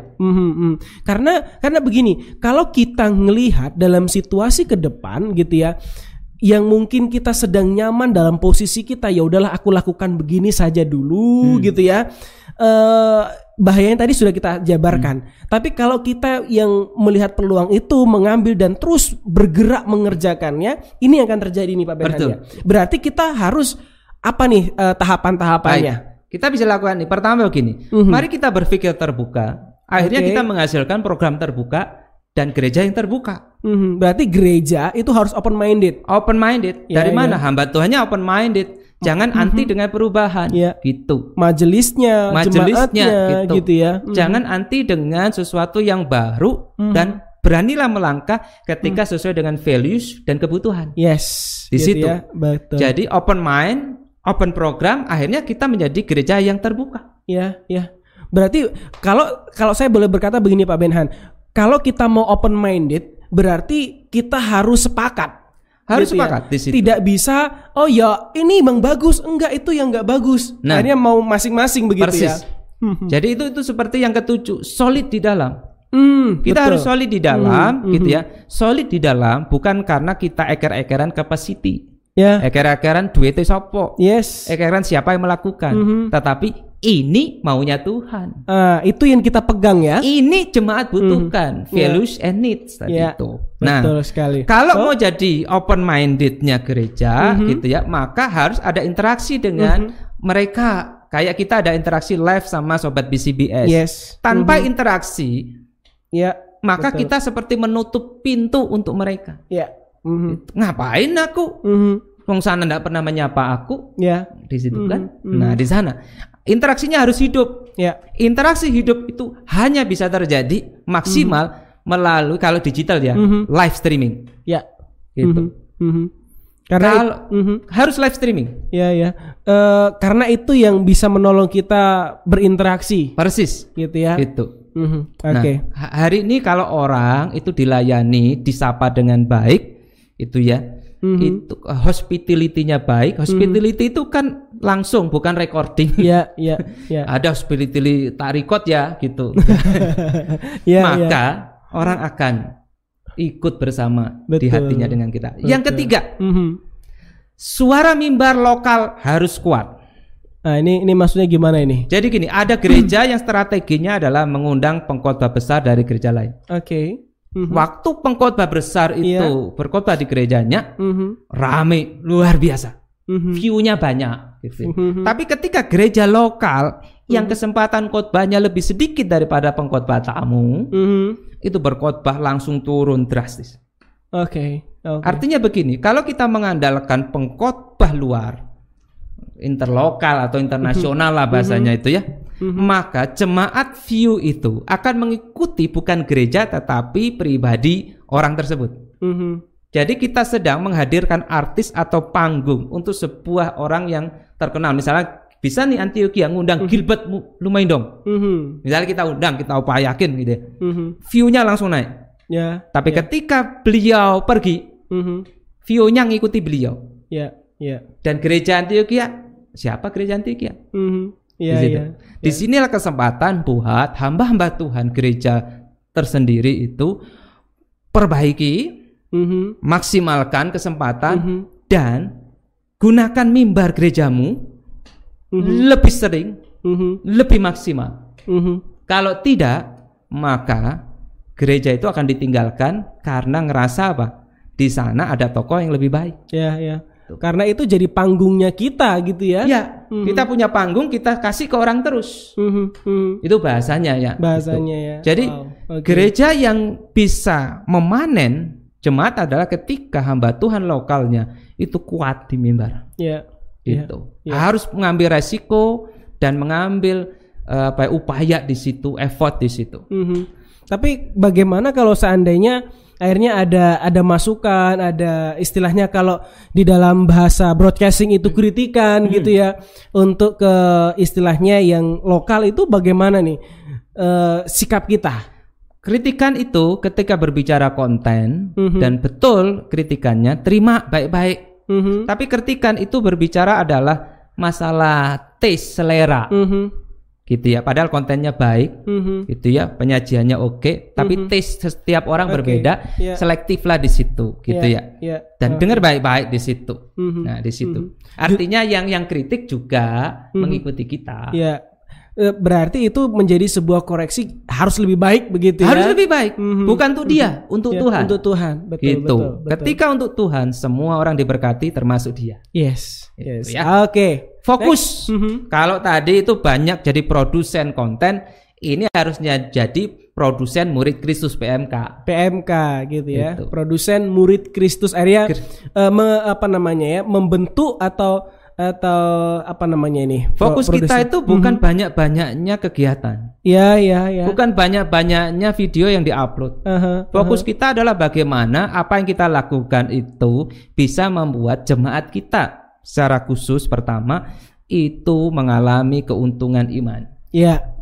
Karena begini, kalau kita ngelihat dalam situasi ke depan gitu ya, yang mungkin kita sedang nyaman dalam posisi kita, ya udahlah aku lakukan begini saja dulu gitu ya. Bahayanya tadi sudah kita jabarkan. Tapi kalau kita yang melihat peluang itu, mengambil dan terus bergerak mengerjakannya, ini yang akan terjadi nih Pak Benhan ya. Berarti kita harus apa nih tahapan-tahapannya? Baik. Kita bisa lakukan nih. Pertama begini, mari kita berpikir terbuka. Akhirnya kita menghasilkan program terbuka dan gereja yang terbuka. Berarti gereja itu harus open minded. Open minded. Dari mana? Hamba Tuhannya open minded. Jangan anti dengan perubahan, gitu. Majelisnya gitu ya. Jangan anti dengan sesuatu yang baru dan beranilah melangkah ketika sesuai dengan values dan kebutuhan. Di gitu situ. Ya, betul. Jadi open mind, open program, akhirnya kita menjadi gereja yang terbuka. Berarti kalau saya boleh berkata begini Pak Benhan, kalau kita mau open minded, berarti kita harus sepakat. Harus gitu sepakat di situ. Tidak bisa, oh ya ini emang bagus, enggak itu yang enggak bagus. Nah, akhirnya mau masing-masing begitu ya. persis. Jadi itu seperti yang ketujuh, solid di dalam. Kita betul. harus solid di dalam, gitu ya. Solid di dalam bukan karena kita eker-ekeran capacity. Ya. Eker-ekeran duitnya sopo. Yes. Ekeran siapa yang melakukan. Tetapi ini maunya Tuhan. Itu yang kita pegang ya. Ini jemaat butuhkan values and needs tadi itu. Nah, betul sekali. kalau mau jadi open mindednya gereja, gitu ya, maka harus ada interaksi dengan mereka. Kayak kita ada interaksi live sama sobat BCBS. Yes. Tanpa interaksi, ya, maka betul. kita seperti menutup pintu untuk mereka. Ya. Ngapain aku? Wong sana enggak pernah menyapa aku. Ya. Di situ kan. Nah, di sana interaksinya harus hidup. Ya. Interaksi hidup itu hanya bisa terjadi maksimal melalui kalau digital ya, live streaming. Ya. Gitu. Karena Kalau harus live streaming. ya. Karena itu yang bisa menolong kita berinteraksi. Persis. Gitu ya. Gitu. Oke. Nah, hari ini kalau orang itu dilayani, disapa dengan baik, itu ya, itu hospitality-nya baik. Hospitality itu kan langsung, bukan recording. Ya. Ada hospitality tak record ya, gitu. Maka orang akan ikut bersama di hatinya dengan kita. Yang ketiga, suara mimbar lokal harus kuat. Nah, ini maksudnya gimana ini? Jadi gini, ada gereja yang strateginya adalah mengundang pengkhotbah besar dari gereja lain. Oke. Waktu pengkhotbah besar itu berkhotbah di gerejanya, rame luar biasa, view-nya banyak. Gitu. Tapi ketika gereja lokal yang kesempatan khotbahnya lebih sedikit daripada pengkhotbah tamu, itu berkhotbah langsung turun drastis. Oke. Artinya begini, kalau kita mengandalkan pengkhotbah luar, interlokal atau internasional lah bahasanya itu ya, maka jemaat view itu akan mengikuti bukan gereja tetapi pribadi orang tersebut. Jadi kita sedang menghadirkan artis atau panggung untuk sebuah orang yang terkenal. Misalnya bisa nih Antioquia ngundang Gilbert Lumaindong. Misalnya kita undang, kita upayakin gitu ya. View-nya langsung naik. Ya. Tapi ketika beliau pergi, view-nya ngikuti beliau. Ya. Dan gereja Antioquia, siapa gereja Antioquia? Iya. Di sinilah kesempatan buat hamba-hamba Tuhan gereja tersendiri itu perbaiki, maksimalkan kesempatan dan gunakan mimbar gerejamu lebih sering, lebih maksimal. Kalau tidak, maka gereja itu akan ditinggalkan karena ngerasa apa? Di sana ada tokoh yang lebih baik. Ya. Karena itu jadi panggungnya kita gitu ya. Ya, kita punya panggung, kita kasih ke orang terus. Itu bahasanya ya. Bahasanya gitu. ya. Jadi gereja yang bisa memanen jemaat adalah ketika hamba Tuhan lokalnya itu kuat di mimbar. Ya. Gitu. Harus mengambil resiko dan mengambil upaya di situ, effort di situ. Tapi bagaimana kalau seandainya akhirnya ada masukan, ada istilahnya kalau di dalam bahasa broadcasting itu kritikan gitu ya, untuk ke istilahnya yang lokal itu bagaimana nih sikap kita? Kritikan itu ketika berbicara konten dan betul kritikannya terima baik-baik. Tapi kritikan itu berbicara adalah masalah taste, selera. Gitu ya, padahal kontennya baik, gitu ya, penyajiannya oke, tapi taste setiap orang berbeda, selektiflah di situ, gitu ya. Dan dengar baik-baik di situ. Nah, di situ. Artinya yang kritik juga mengikuti kita. Ya. Berarti itu menjadi sebuah koreksi harus lebih baik begitu ya. Harus lebih baik, bukan untuk dia, untuk Tuhan. Untuk Tuhan, betul, gitu. betul. Ketika untuk Tuhan, semua orang diberkati termasuk dia. Yes. Ya. Oke. Fokus. Kalau tadi itu banyak jadi produsen konten, ini harusnya jadi produsen murid Kristus PMK gitu ya. Gitu. Produsen murid Kristus area membentuk atau apa namanya ini? Fokus kita itu bukan banyak-banyaknya kegiatan. Ya. Bukan banyak-banyaknya video yang diupload. Fokus kita adalah bagaimana apa yang kita lakukan itu bisa membuat jemaat kita secara khusus pertama itu mengalami keuntungan iman. Ya.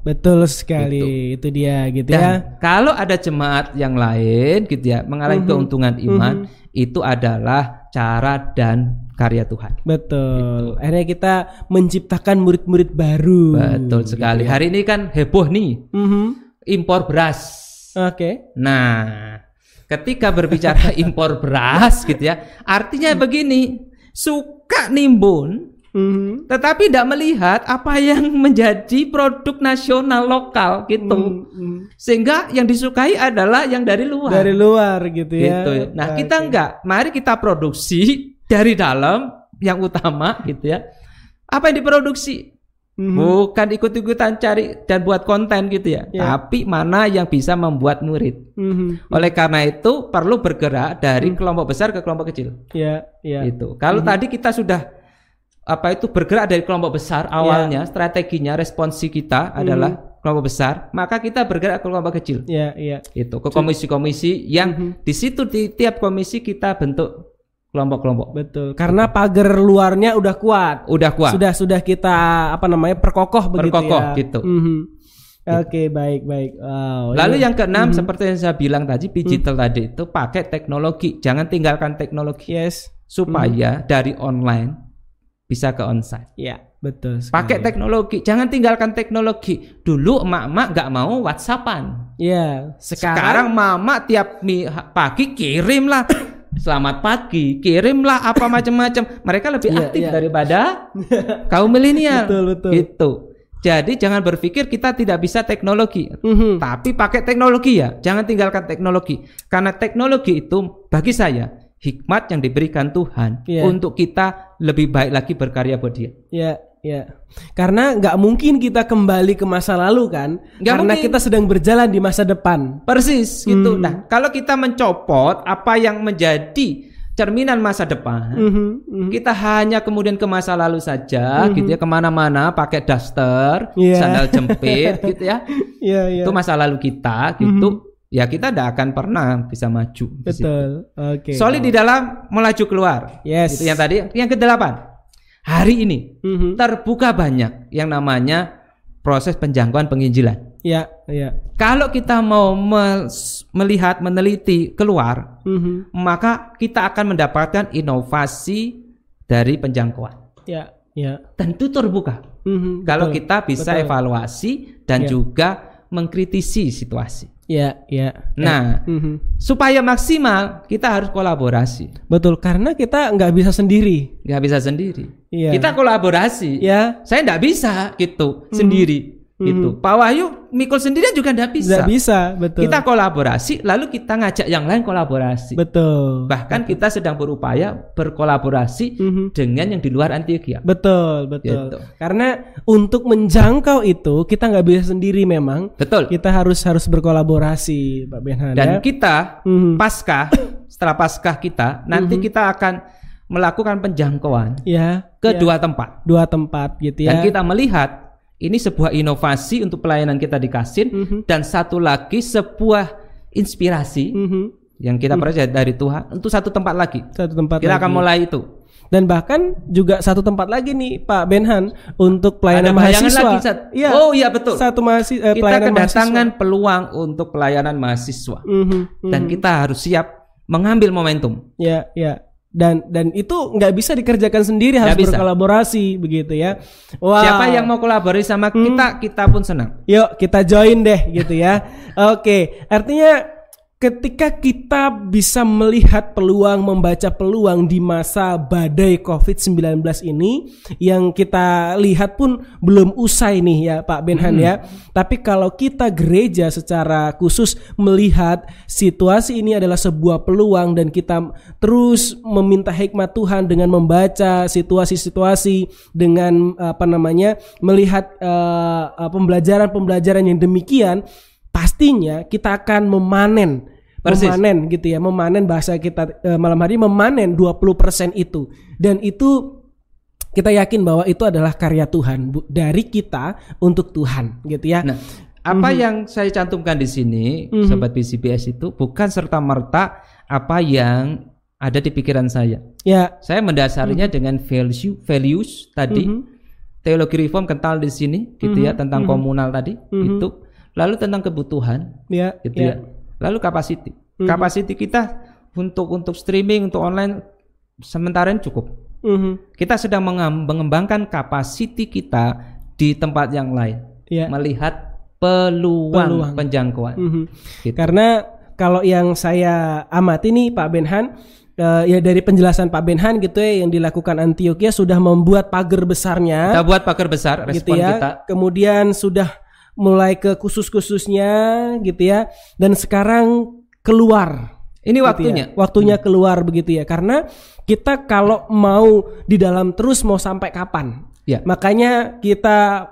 Betul sekali. Itu dia gitu Dan ya. kalau ada jemaat yang lain gitu ya mengalami keuntungan iman, itu adalah cara dan karya Tuhan. Betul. Akhirnya kita menciptakan murid-murid baru. Betul sekali. Gitu ya. Hari ini kan heboh nih impor beras. Oke. Nah, ketika berbicara impor beras gitu ya, artinya begini, suka nimbun tetapi tidak melihat apa yang menjadi produk nasional lokal gitu. Sehingga yang disukai adalah yang dari luar. Dari luar gitu ya. Gitu. Nah, kita enggak. Mari kita produksi dari dalam yang utama gitu ya. Apa yang diproduksi? Bukan ikut-ikutan cari dan buat konten gitu ya. Tapi mana yang bisa membuat murid. Oleh karena itu perlu bergerak dari kelompok besar ke kelompok kecil. Itu. Kalau tadi kita sudah bergerak dari kelompok besar awalnya, strateginya, responsi kita adalah kelompok besar, maka kita bergerak ke kelompok kecil. Itu ke komisi-komisi yang di situ di tiap komisi kita bentuk kelompok-kelompok. Betul. Karena pagar luarnya udah kuat. Sudah kita perkokoh begitu ya. Gitu. Oke, baik. Wow. Lalu yang keenam seperti yang saya bilang tadi, digital tadi itu pakai teknologi. Jangan tinggalkan teknologi. Supaya dari online bisa ke onsite. Iya, betul sekali. Pakai teknologi, jangan tinggalkan teknologi. Dulu emak-emak nggak mau WhatsAppan. Iya. Sekarang mama tiap pagi kirimlah selamat pagi, kirimlah apa macam-macam. Mereka lebih aktif daripada kaum milenial. Betul. Gitu. Jadi jangan berpikir kita tidak bisa teknologi, tapi pakai teknologi ya. Jangan tinggalkan teknologi, karena teknologi itu bagi saya hikmat yang diberikan Tuhan untuk kita lebih baik lagi berkarya buat Dia. Karena nggak mungkin kita kembali ke masa lalu kan, karena kita sedang berjalan di masa depan. Persis gitu. Nah, kalau kita mencopot apa yang menjadi cerminan masa depan, kita hanya kemudian ke masa lalu saja, gitu ya, kemana-mana pakai daster, sandal jepit, gitu ya. Itu masa lalu kita, gitu. Ya kita tidak akan pernah bisa maju. Betul. Oke. Solid di dalam, melaju keluar. Itu yang tadi. Yang ke-8. Hari ini terbuka banyak yang namanya proses penjangkauan penginjilan. Kalau kita mau melihat, meneliti keluar, maka kita akan mendapatkan inovasi dari penjangkauan. Tentu terbuka. Kalau kita bisa evaluasi dan juga mengkritisi situasi. Nah, supaya maksimal kita harus kolaborasi. Betul, karena kita nggak bisa sendiri. Kita kolaborasi. Saya nggak bisa gitu sendiri. Gitu. Pak Wahyu mikul sendirian juga nggak bisa. Nggak bisa, betul. Kita kolaborasi, lalu kita ngajak yang lain kolaborasi. Betul. Bahkan kita sedang berupaya berkolaborasi dengan yang di luar Antioquia. Betul. Gitu. Karena untuk menjangkau itu kita nggak bisa sendiri memang. Betul. Kita harus berkolaborasi, Pak Benhan. Dan kita setelah Paskah kita nanti kita akan melakukan penjangkauan ke dua tempat. Dua tempat gitu ya. Dan kita melihat ini sebuah inovasi untuk pelayanan kita di Kasin, dan satu lagi sebuah inspirasi yang kita percaya dari Tuhan untuk satu tempat lagi. Kita akan mulai itu. Dan bahkan juga satu tempat lagi nih Pak Benhan untuk pelayanan mahasiswa. Oh iya betul. Satu kita kedatangan peluang untuk pelayanan mahasiswa. Dan kita harus siap mengambil momentum. Dan itu nggak bisa dikerjakan sendiri, harus berkolaborasi begitu ya. Wow. Siapa yang mau kolaborasi sama kita pun senang. Yuk kita join deh gitu ya. Oke, artinya ketika kita bisa melihat peluang, membaca peluang di masa badai COVID-19 ini, yang kita lihat pun belum usai nih ya Pak Benhan ya. Tapi kalau kita gereja secara khusus melihat situasi ini adalah sebuah peluang, dan kita terus meminta hikmat Tuhan dengan membaca situasi-situasi, dengan melihat pembelajaran-pembelajaran yang demikian, pastinya kita akan memanen gitu ya, memanen bahasa kita malam hari, memanen 20% itu, dan itu kita yakin bahwa itu adalah karya Tuhan dari kita untuk Tuhan gitu ya. Nah, apa yang saya cantumkan di sini Sobat BCBS itu bukan serta-merta apa yang ada di pikiran saya. Saya mendasarinya dengan values tadi. teologi reform kental di sini gitu ya, tentang komunal tadi itu. Lalu tentang kebutuhan gitu ya. Lalu capacity. Capacity kita untuk streaming, untuk online sementara ini cukup. Kita sedang mengembangkan capacity kita di tempat yang lain. Melihat peluang penjangkauan. Gitu. Karena kalau yang saya amati nih Pak Benhan, ya dari penjelasan Pak Benhan gitu ya, yang dilakukan Antioquia sudah membuat pagar besarnya. Kita buat pagar besar, respon gitu ya. kita. Kemudian sudah mulai ke khusus-khususnya gitu ya, dan sekarang keluar. Ini gitu waktunya. Ya. Waktunya keluar begitu ya. Karena kita kalau mau di dalam terus mau sampai kapan? Ya. Makanya kita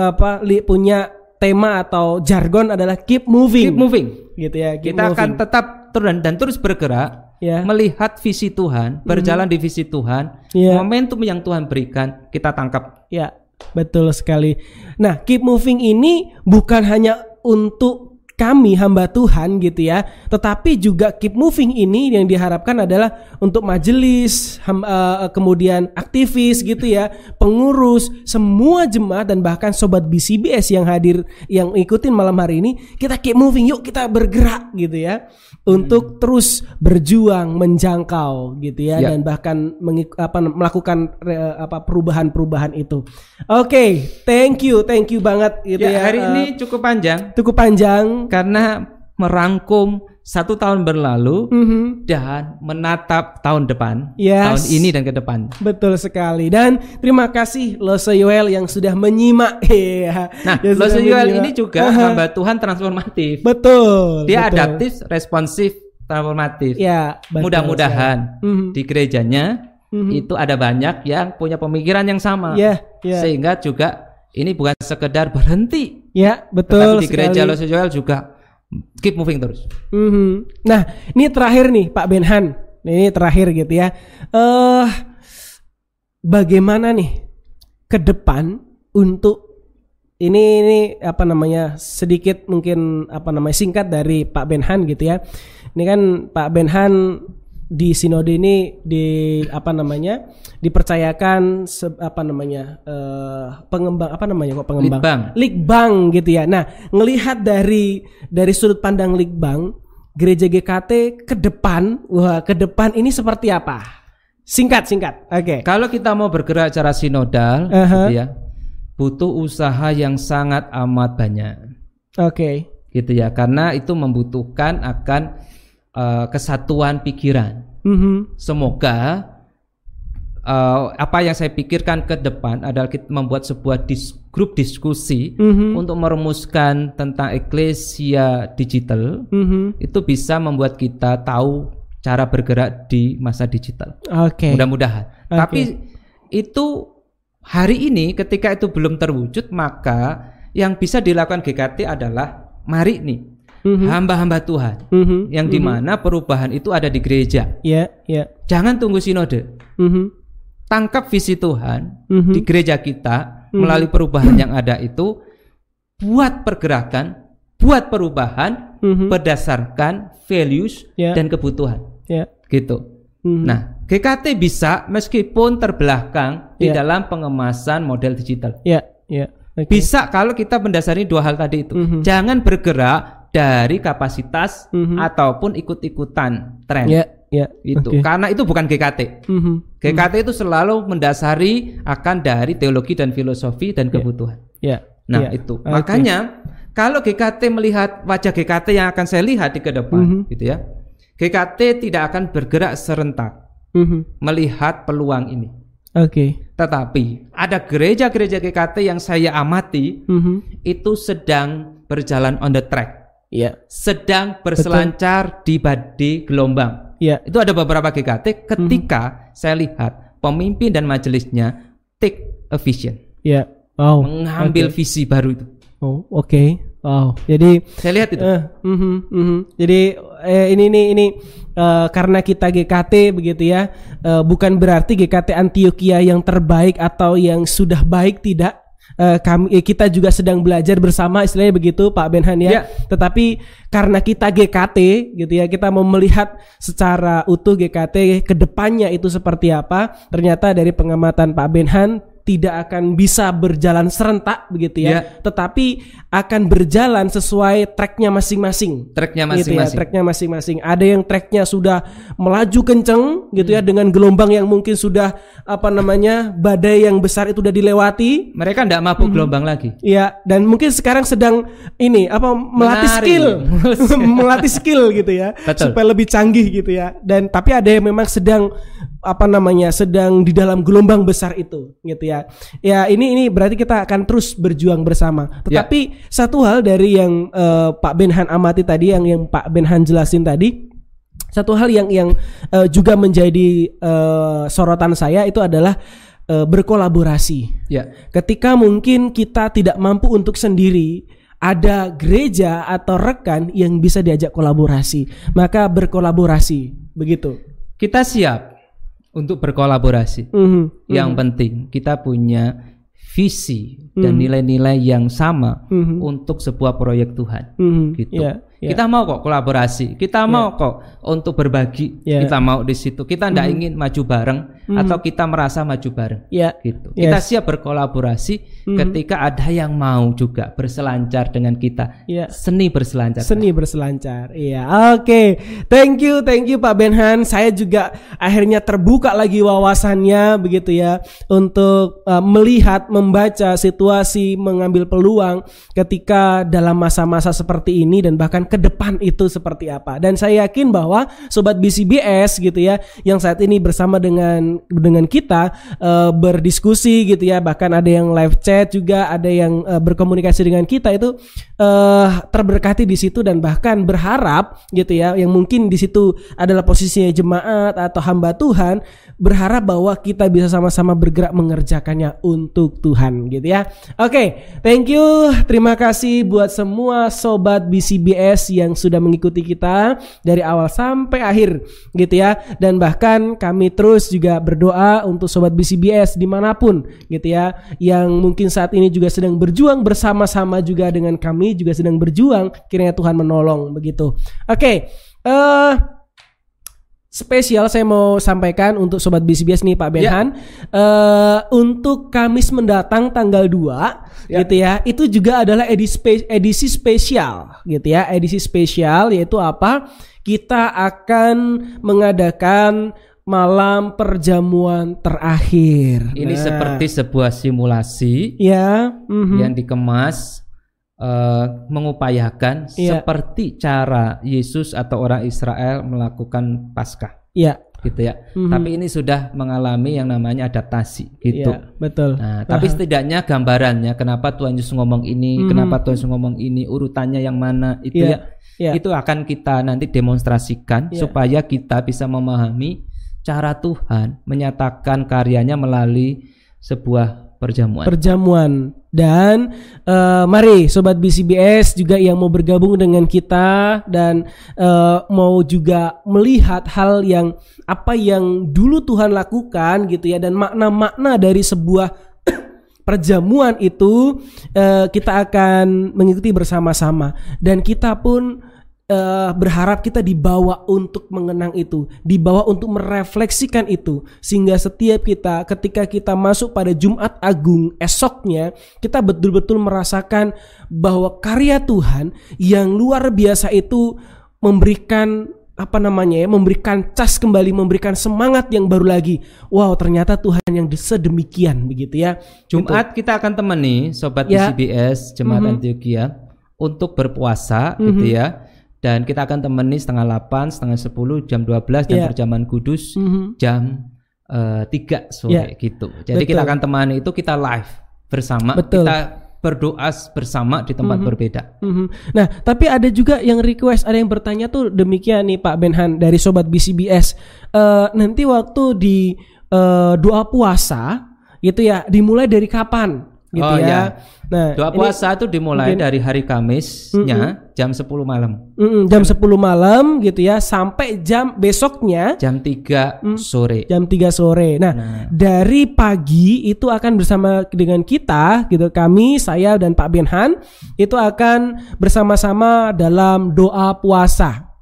punya tema atau jargon adalah keep moving. Keep moving. Gitu ya. Kita akan tetap dan terus bergerak, melihat visi Tuhan, berjalan di visi Tuhan. Momentum yang Tuhan berikan kita tangkap. Ya, betul sekali. Nah, keep moving ini bukan hanya untuk kami hamba Tuhan gitu ya, tetapi juga keep moving ini yang diharapkan adalah untuk majelis, kemudian aktivis gitu ya, pengurus, semua jemaat dan bahkan sobat BCBS yang hadir, yang ikutin malam hari ini, kita keep moving, yuk kita bergerak gitu ya, untuk terus berjuang menjangkau gitu ya, dan bahkan melakukan perubahan-perubahan itu. Oke, thank you banget gitu ya. Hari ini cukup panjang. Karena merangkum 1 tahun berlalu dan menatap tahun depan, tahun ini dan ke depan. Betul sekali. Dan terima kasih Lose Yoel yang sudah menyimak. Nah, Lose Yoel ini juga hamba Tuhan transformatif. Betul. Dia adaptif, responsif, transformatif. Ya, mudah-mudahan di gerejanya itu ada banyak yang punya pemikiran yang sama. Sehingga juga ini bukan sekedar berhenti. Ya, betul. Tetapi di gereja Lose Yoel juga keep moving terus. Nah, ini terakhir nih Pak Benhan. Ini terakhir gitu ya. Bagaimana nih ke depan untuk ini sedikit mungkin singkat dari Pak Benhan gitu ya. Ini kan Pak Benhan di sinode ini dipercayakan Litbang gitu ya. Nah, ngelihat dari sudut pandang Litbang, gereja GKT ke depan ini seperti apa? Singkat. Oke. Kalau kita mau bergerak secara sinodal gitu ya, butuh usaha yang sangat amat banyak. Oke. Gitu ya, karena itu membutuhkan akan kesatuan pikiran. Semoga apa yang saya pikirkan ke depan adalah kita membuat sebuah grup diskusi untuk merumuskan tentang eklesia digital. Itu bisa membuat kita tahu cara bergerak di masa digital. Mudah-mudahan. Tapi itu hari ini ketika itu belum terwujud, maka yang bisa dilakukan GKT adalah mari nih hamba-hamba Tuhan yang dimana perubahan itu ada di gereja. Jangan tunggu sinode. Tangkap visi Tuhan di gereja kita melalui perubahan yang ada itu, buat pergerakan, buat perubahan berdasarkan values dan kebutuhan. Gitu. Nah, GKT bisa meskipun terbelakang di dalam pengemasan model digital. Bisa kalau kita mendasari 2 hal tadi itu. Jangan bergerak dari kapasitas ataupun ikut-ikutan tren. Karena itu bukan GKT. GKT itu selalu mendasari akan dari teologi dan filosofi dan kebutuhan. Itu. Makanya kalau GKT melihat wajah GKT yang akan saya lihat di ke depan gitu ya. GKT tidak akan bergerak serentak melihat peluang ini. Tetapi ada gereja-gereja GKT yang saya amati itu sedang berjalan on the track. Sedang berselancar di badai gelombang. Itu ada beberapa GKT ketika saya lihat pemimpin dan majelisnya take a vision. Mengambil visi baru itu. Jadi saya lihat itu. Jadi ini karena kita GKT begitu ya, bukan berarti GKT Antioquia yang terbaik atau yang sudah baik, tidak. Kita juga sedang belajar bersama, istilahnya begitu Pak Benhan ya. Tetapi karena kita GKT gitu ya, kita mau melihat secara utuh GKT ke depannya itu seperti apa. Ternyata dari pengamatan Pak Benhan tidak akan bisa berjalan serentak begitu ya, tetapi akan berjalan sesuai tracknya masing-masing. Gitu ya, tracknya masing-masing. Ada yang tracknya sudah melaju kenceng gitu ya, dengan gelombang yang mungkin sudah badai yang besar itu udah dilewati. Mereka tidak mampu gelombang lagi. Iya, dan mungkin sekarang sedang melatih skill gitu ya. Betul. Supaya lebih canggih gitu ya. Dan tapi ada yang memang sedang sedang di dalam gelombang besar itu gitu ya. Ya ini berarti kita akan terus berjuang bersama. Tetapi satu hal dari yang Pak Benhan amati tadi, yang Pak Benhan jelasin tadi, satu hal yang juga menjadi sorotan saya itu adalah berkolaborasi. Ketika mungkin kita tidak mampu untuk sendiri, ada gereja atau rekan yang bisa diajak kolaborasi, maka berkolaborasi begitu. Kita siap untuk berkolaborasi. Yang penting kita punya visi dan nilai-nilai yang sama untuk sebuah proyek Tuhan. Gitu. Kita mau kok kolaborasi, kita mau kok untuk berbagi, kita mau di situ. Kita tidak ingin maju bareng atau kita merasa maju bareng. Gitu. Kita siap berkolaborasi ketika ada yang mau juga berselancar dengan kita. Seni berselancar. Iya. Oke. Thank you Pak Benhan. Saya juga akhirnya terbuka lagi wawasannya begitu ya, untuk melihat, membaca situasi, mengambil peluang ketika dalam masa-masa seperti ini dan bahkan ke depan itu seperti apa. Dan saya yakin bahwa sobat BCBS gitu ya, yang saat ini bersama dengan kita berdiskusi gitu ya, bahkan ada yang live chat juga, ada yang berkomunikasi dengan kita, itu terberkati di situ, dan bahkan berharap gitu ya, yang mungkin di situ adalah posisinya jemaat atau hamba Tuhan, berharap bahwa kita bisa sama-sama bergerak mengerjakannya untuk Tuhan gitu ya. Oke, thank you. Terima kasih buat semua sobat BCBS yang sudah mengikuti kita dari awal sampai akhir gitu ya. Dan bahkan kami terus juga berdoa untuk sobat BCBS dimanapun gitu ya, yang mungkin saat ini juga sedang berjuang bersama-sama juga dengan kami, juga sedang berjuang, kiranya Tuhan menolong begitu. Oke, spesial saya mau sampaikan untuk sobat BCBS nih Pak Benhan, untuk Kamis mendatang tanggal 2 gitu ya, itu juga adalah edisi spesial gitu ya. Edisi spesial yaitu apa? Kita akan mengadakan malam perjamuan terakhir. Ini seperti sebuah simulasi yang dikemas, mengupayakan seperti cara Yesus atau orang Israel melakukan Paskah. Gitu ya. Tapi ini sudah mengalami yang namanya adaptasi gitu. Betul. Nah, tapi setidaknya gambarannya kenapa Tuhan Yesus ngomong ini, kenapa Tuhan Yesus ngomong ini, urutannya yang mana itu itu akan kita nanti demonstrasikan supaya kita bisa memahami cara Tuhan menyatakan karyanya melalui sebuah perjamuan. Dan mari sobat BCBS juga yang mau bergabung dengan kita dan mau juga melihat hal yang apa yang dulu Tuhan lakukan gitu ya, dan makna-makna dari sebuah perjamuan itu, kita akan mengikuti bersama-sama, dan kita pun berharap kita dibawa untuk mengenang itu, dibawa untuk merefleksikan itu, sehingga setiap kita ketika kita masuk pada Jumat Agung esoknya, kita betul-betul merasakan bahwa karya Tuhan yang luar biasa itu memberikan memberikan cas kembali, memberikan semangat yang baru lagi. Wow, ternyata Tuhan yang sedemikian begitu ya. Jumat kita akan temani sobat BCBS Jemaat Antioquia untuk berpuasa gitu ya. Dan kita akan temani 7:30, 9:30, jam 12 dan perjamuan kudus jam 3 sore gitu. Jadi kita akan temani itu, kita live bersama, kita berdoa bersama di tempat berbeda. Nah, tapi ada juga yang request, ada yang bertanya tuh demikian nih Pak Benhan dari sobat BCBS. Nanti waktu di doa puasa gitu ya, dimulai dari kapan? Gitu ya. Nah, doa puasa itu dimulai dari hari Kamisnya jam 10 malam. Jam 10 malam gitu ya, sampai jam besoknya jam 3 sore. Jam 3 sore. Nah, dari pagi itu akan bersama dengan kita gitu, kami, saya dan Pak Benhan itu akan bersama-sama dalam doa puasa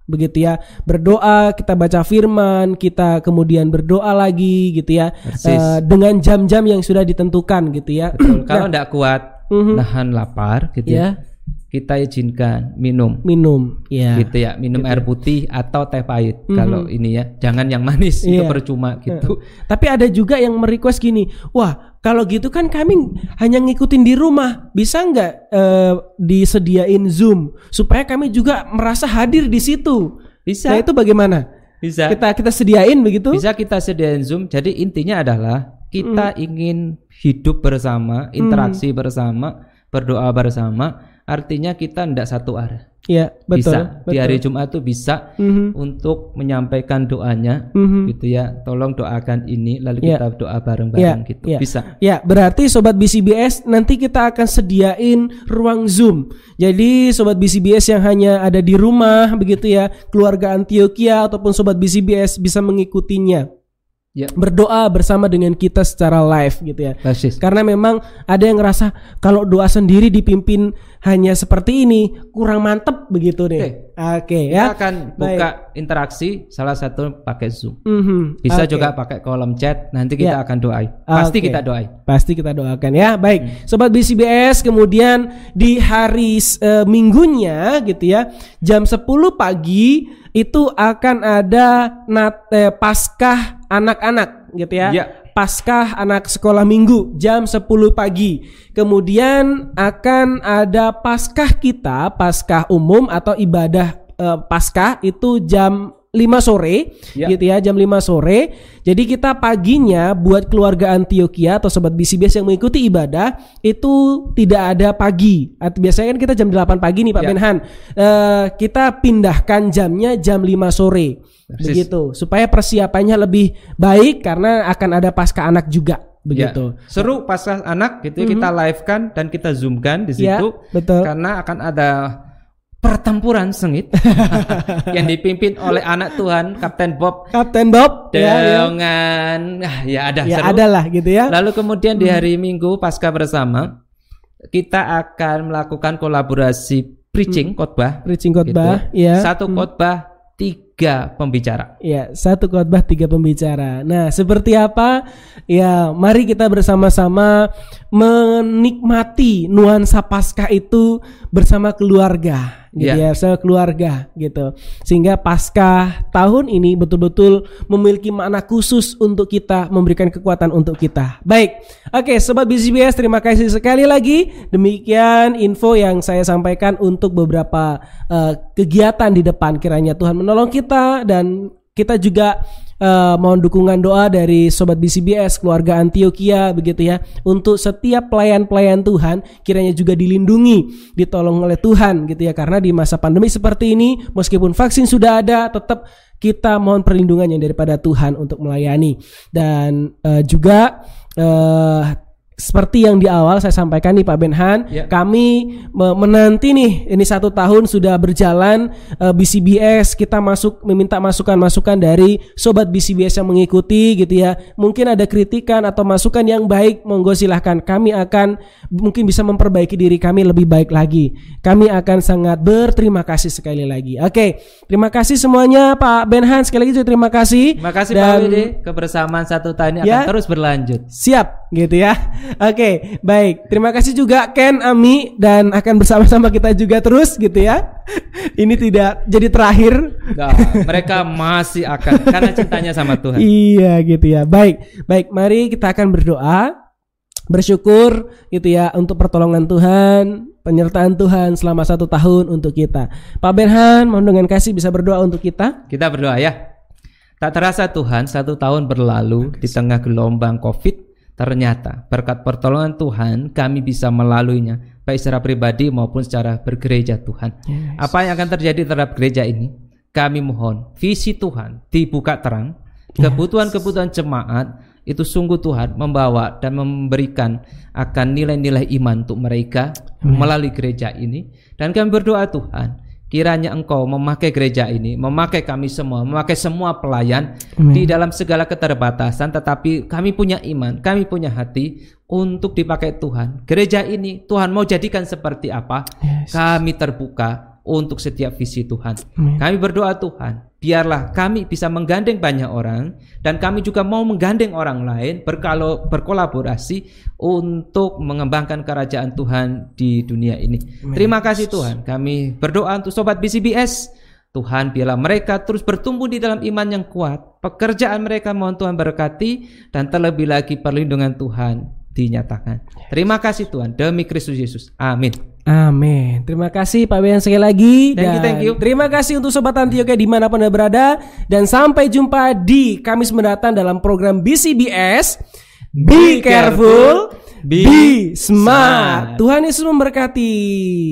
begitu ya. Berdoa, kita baca firman, kita kemudian berdoa lagi gitu ya. Dengan jam-jam yang sudah ditentukan gitu ya. Betul. Kalau enggak kuat nahan lapar gitu ya, kita izinkan minum ya. gitu ya, minum air putih atau teh pahit. Kalau ini ya, jangan yang manis, itu percuma gitu. Tapi ada juga yang merequest gini, wah kalau gitu kan kami hanya ngikutin di rumah, bisa nggak disediain Zoom supaya kami juga merasa hadir di situ? Bisa. Nah itu bagaimana? Bisa. Kita sediain begitu? Bisa kita sediain Zoom. Jadi intinya adalah kita ingin hidup bersama, interaksi bersama, berdoa bersama. Artinya kita tidak satu arah. Ya, betul. Bisa di hari Jumat tuh bisa untuk menyampaikan doanya, gitu ya. Tolong doakan ini, lalu kita doa bareng-bareng gitu. Bisa. Ya, berarti sobat BCBS nanti kita akan sediain ruang Zoom. Jadi sobat BCBS yang hanya ada di rumah begitu ya, keluarga Antioquia ataupun sobat BCBS bisa mengikutinya. Berdoa bersama dengan kita secara live gitu ya. Basis. Karena memang ada yang ngerasa kalau doa sendiri dipimpin hanya seperti ini kurang mantep begitu nih. Oke, ya. Kita akan buka interaksi, salah satu pakai Zoom. Bisa juga pakai kolom chat. Nanti kita akan doai. Pasti kita doai. Pasti kita doakan ya. Baik, sobat BCBS, kemudian di hari Minggunya gitu ya, jam 10 pagi itu akan ada Paskah anak-anak gitu ya. Paskah anak sekolah minggu jam 10 pagi. Kemudian akan ada Paskah kita, Paskah umum atau ibadah Paskah itu jam 5 sore gitu ya, jam 5 sore. Jadi kita paginya buat keluarga Antioquia atau sobat BCBS yang mengikuti ibadah itu tidak ada pagi. Biasanya kan kita jam 8 pagi nih Pak Benhan. Kita pindahkan jamnya jam 5 sore. Begitu, supaya persiapannya lebih baik karena akan ada Paskah anak juga begitu. Seru Paskah anak gitu kita live kan dan kita zoomkan di situ. Betul. Karena akan ada pertempuran sengit yang dipimpin oleh anak Tuhan Kapten Bob dengan seru. Adalah gitu ya. Lalu kemudian di hari Minggu Paskah bersama kita akan melakukan kolaborasi preaching khotbah gitu. Satu khotbah 3 pembicara. Ya, 1 khotbah 3 pembicara. Nah, seperti apa? Ya, mari kita bersama-sama menikmati nuansa Paskah itu bersama keluarga. Gitu ya, bersama keluarga gitu. Sehingga Paskah tahun ini betul-betul memiliki makna khusus untuk kita, memberikan kekuatan untuk kita. Baik. Oke, sobat BCBS, terima kasih sekali lagi. Demikian info yang saya sampaikan untuk beberapa kegiatan di depan. Kiranya Tuhan menolong kita dan kita juga mohon dukungan doa dari sobat BCBS, keluarga Antioquia begitu ya, untuk setiap pelayan-pelayan Tuhan kiranya juga dilindungi, ditolong oleh Tuhan gitu ya, karena di masa pandemi seperti ini meskipun vaksin sudah ada tetap kita mohon perlindungannya daripada Tuhan untuk melayani. Dan juga seperti yang di awal saya sampaikan nih Pak Benhan, kami menanti nih, ini 1 tahun sudah berjalan BCBS, kita meminta masukan-masukan dari sobat BCBS yang mengikuti gitu ya. Mungkin ada kritikan atau masukan yang baik, monggo silahkan. Kami akan mungkin bisa memperbaiki diri kami lebih baik lagi. Kami akan sangat berterima kasih sekali lagi. Oke, terima kasih semuanya Pak Benhan, sekali lagi terima kasih. Terima kasih Pak Widi, kebersamaan 1 tahun ini akan terus berlanjut. Siap gitu ya. Oke, baik. Terima kasih juga Ken, Ami, dan akan bersama-sama kita juga terus gitu ya. Ini tidak jadi terakhir. Nah, mereka masih akan karena cintanya sama Tuhan. Iya gitu ya. Baik, mari kita akan berdoa, bersyukur gitu ya untuk pertolongan Tuhan, penyertaan Tuhan selama 1 tahun untuk kita. Pak Benhan, mohon dengan kasih bisa berdoa untuk kita. Kita berdoa ya. Tak terasa Tuhan 1 tahun berlalu di tengah gelombang COVID. Ternyata berkat pertolongan Tuhan kami bisa melaluinya, baik secara pribadi maupun secara bergereja Tuhan. Apa yang akan terjadi terhadap gereja ini? Kami mohon visi Tuhan dibuka terang, kebutuhan-kebutuhan jemaat itu sungguh Tuhan membawa dan memberikan akan nilai-nilai iman untuk mereka melalui gereja ini. Dan kami berdoa Tuhan, kiranya Engkau memakai gereja ini, memakai kami semua, memakai semua pelayan di dalam segala keterbatasan, tetapi kami punya iman, kami punya hati untuk dipakai Tuhan. Gereja ini Tuhan mau jadikan seperti apa? Kami terbuka untuk setiap visi Tuhan. Kami berdoa Tuhan, biarlah kami bisa menggandeng banyak orang, dan kami juga mau menggandeng orang lain berkolaborasi untuk mengembangkan kerajaan Tuhan di dunia ini. Terima kasih Tuhan. Kami berdoa untuk sobat BCBS. Tuhan, biarlah mereka terus bertumbuh di dalam iman yang kuat. Pekerjaan mereka mohon Tuhan berkati, dan terlebih lagi perlindungan Tuhan dinyatakan. Terima kasih Tuhan, demi Kristus Yesus. Amin. Amin. Terima kasih Pak Beyan sekali lagi. Thank you. Terima kasih untuk Sobat Antioquia dimanapun Anda berada. Dan sampai jumpa di Kamis mendatang dalam program BCBS. Be careful, be smart. Tuhan Yesus memberkati.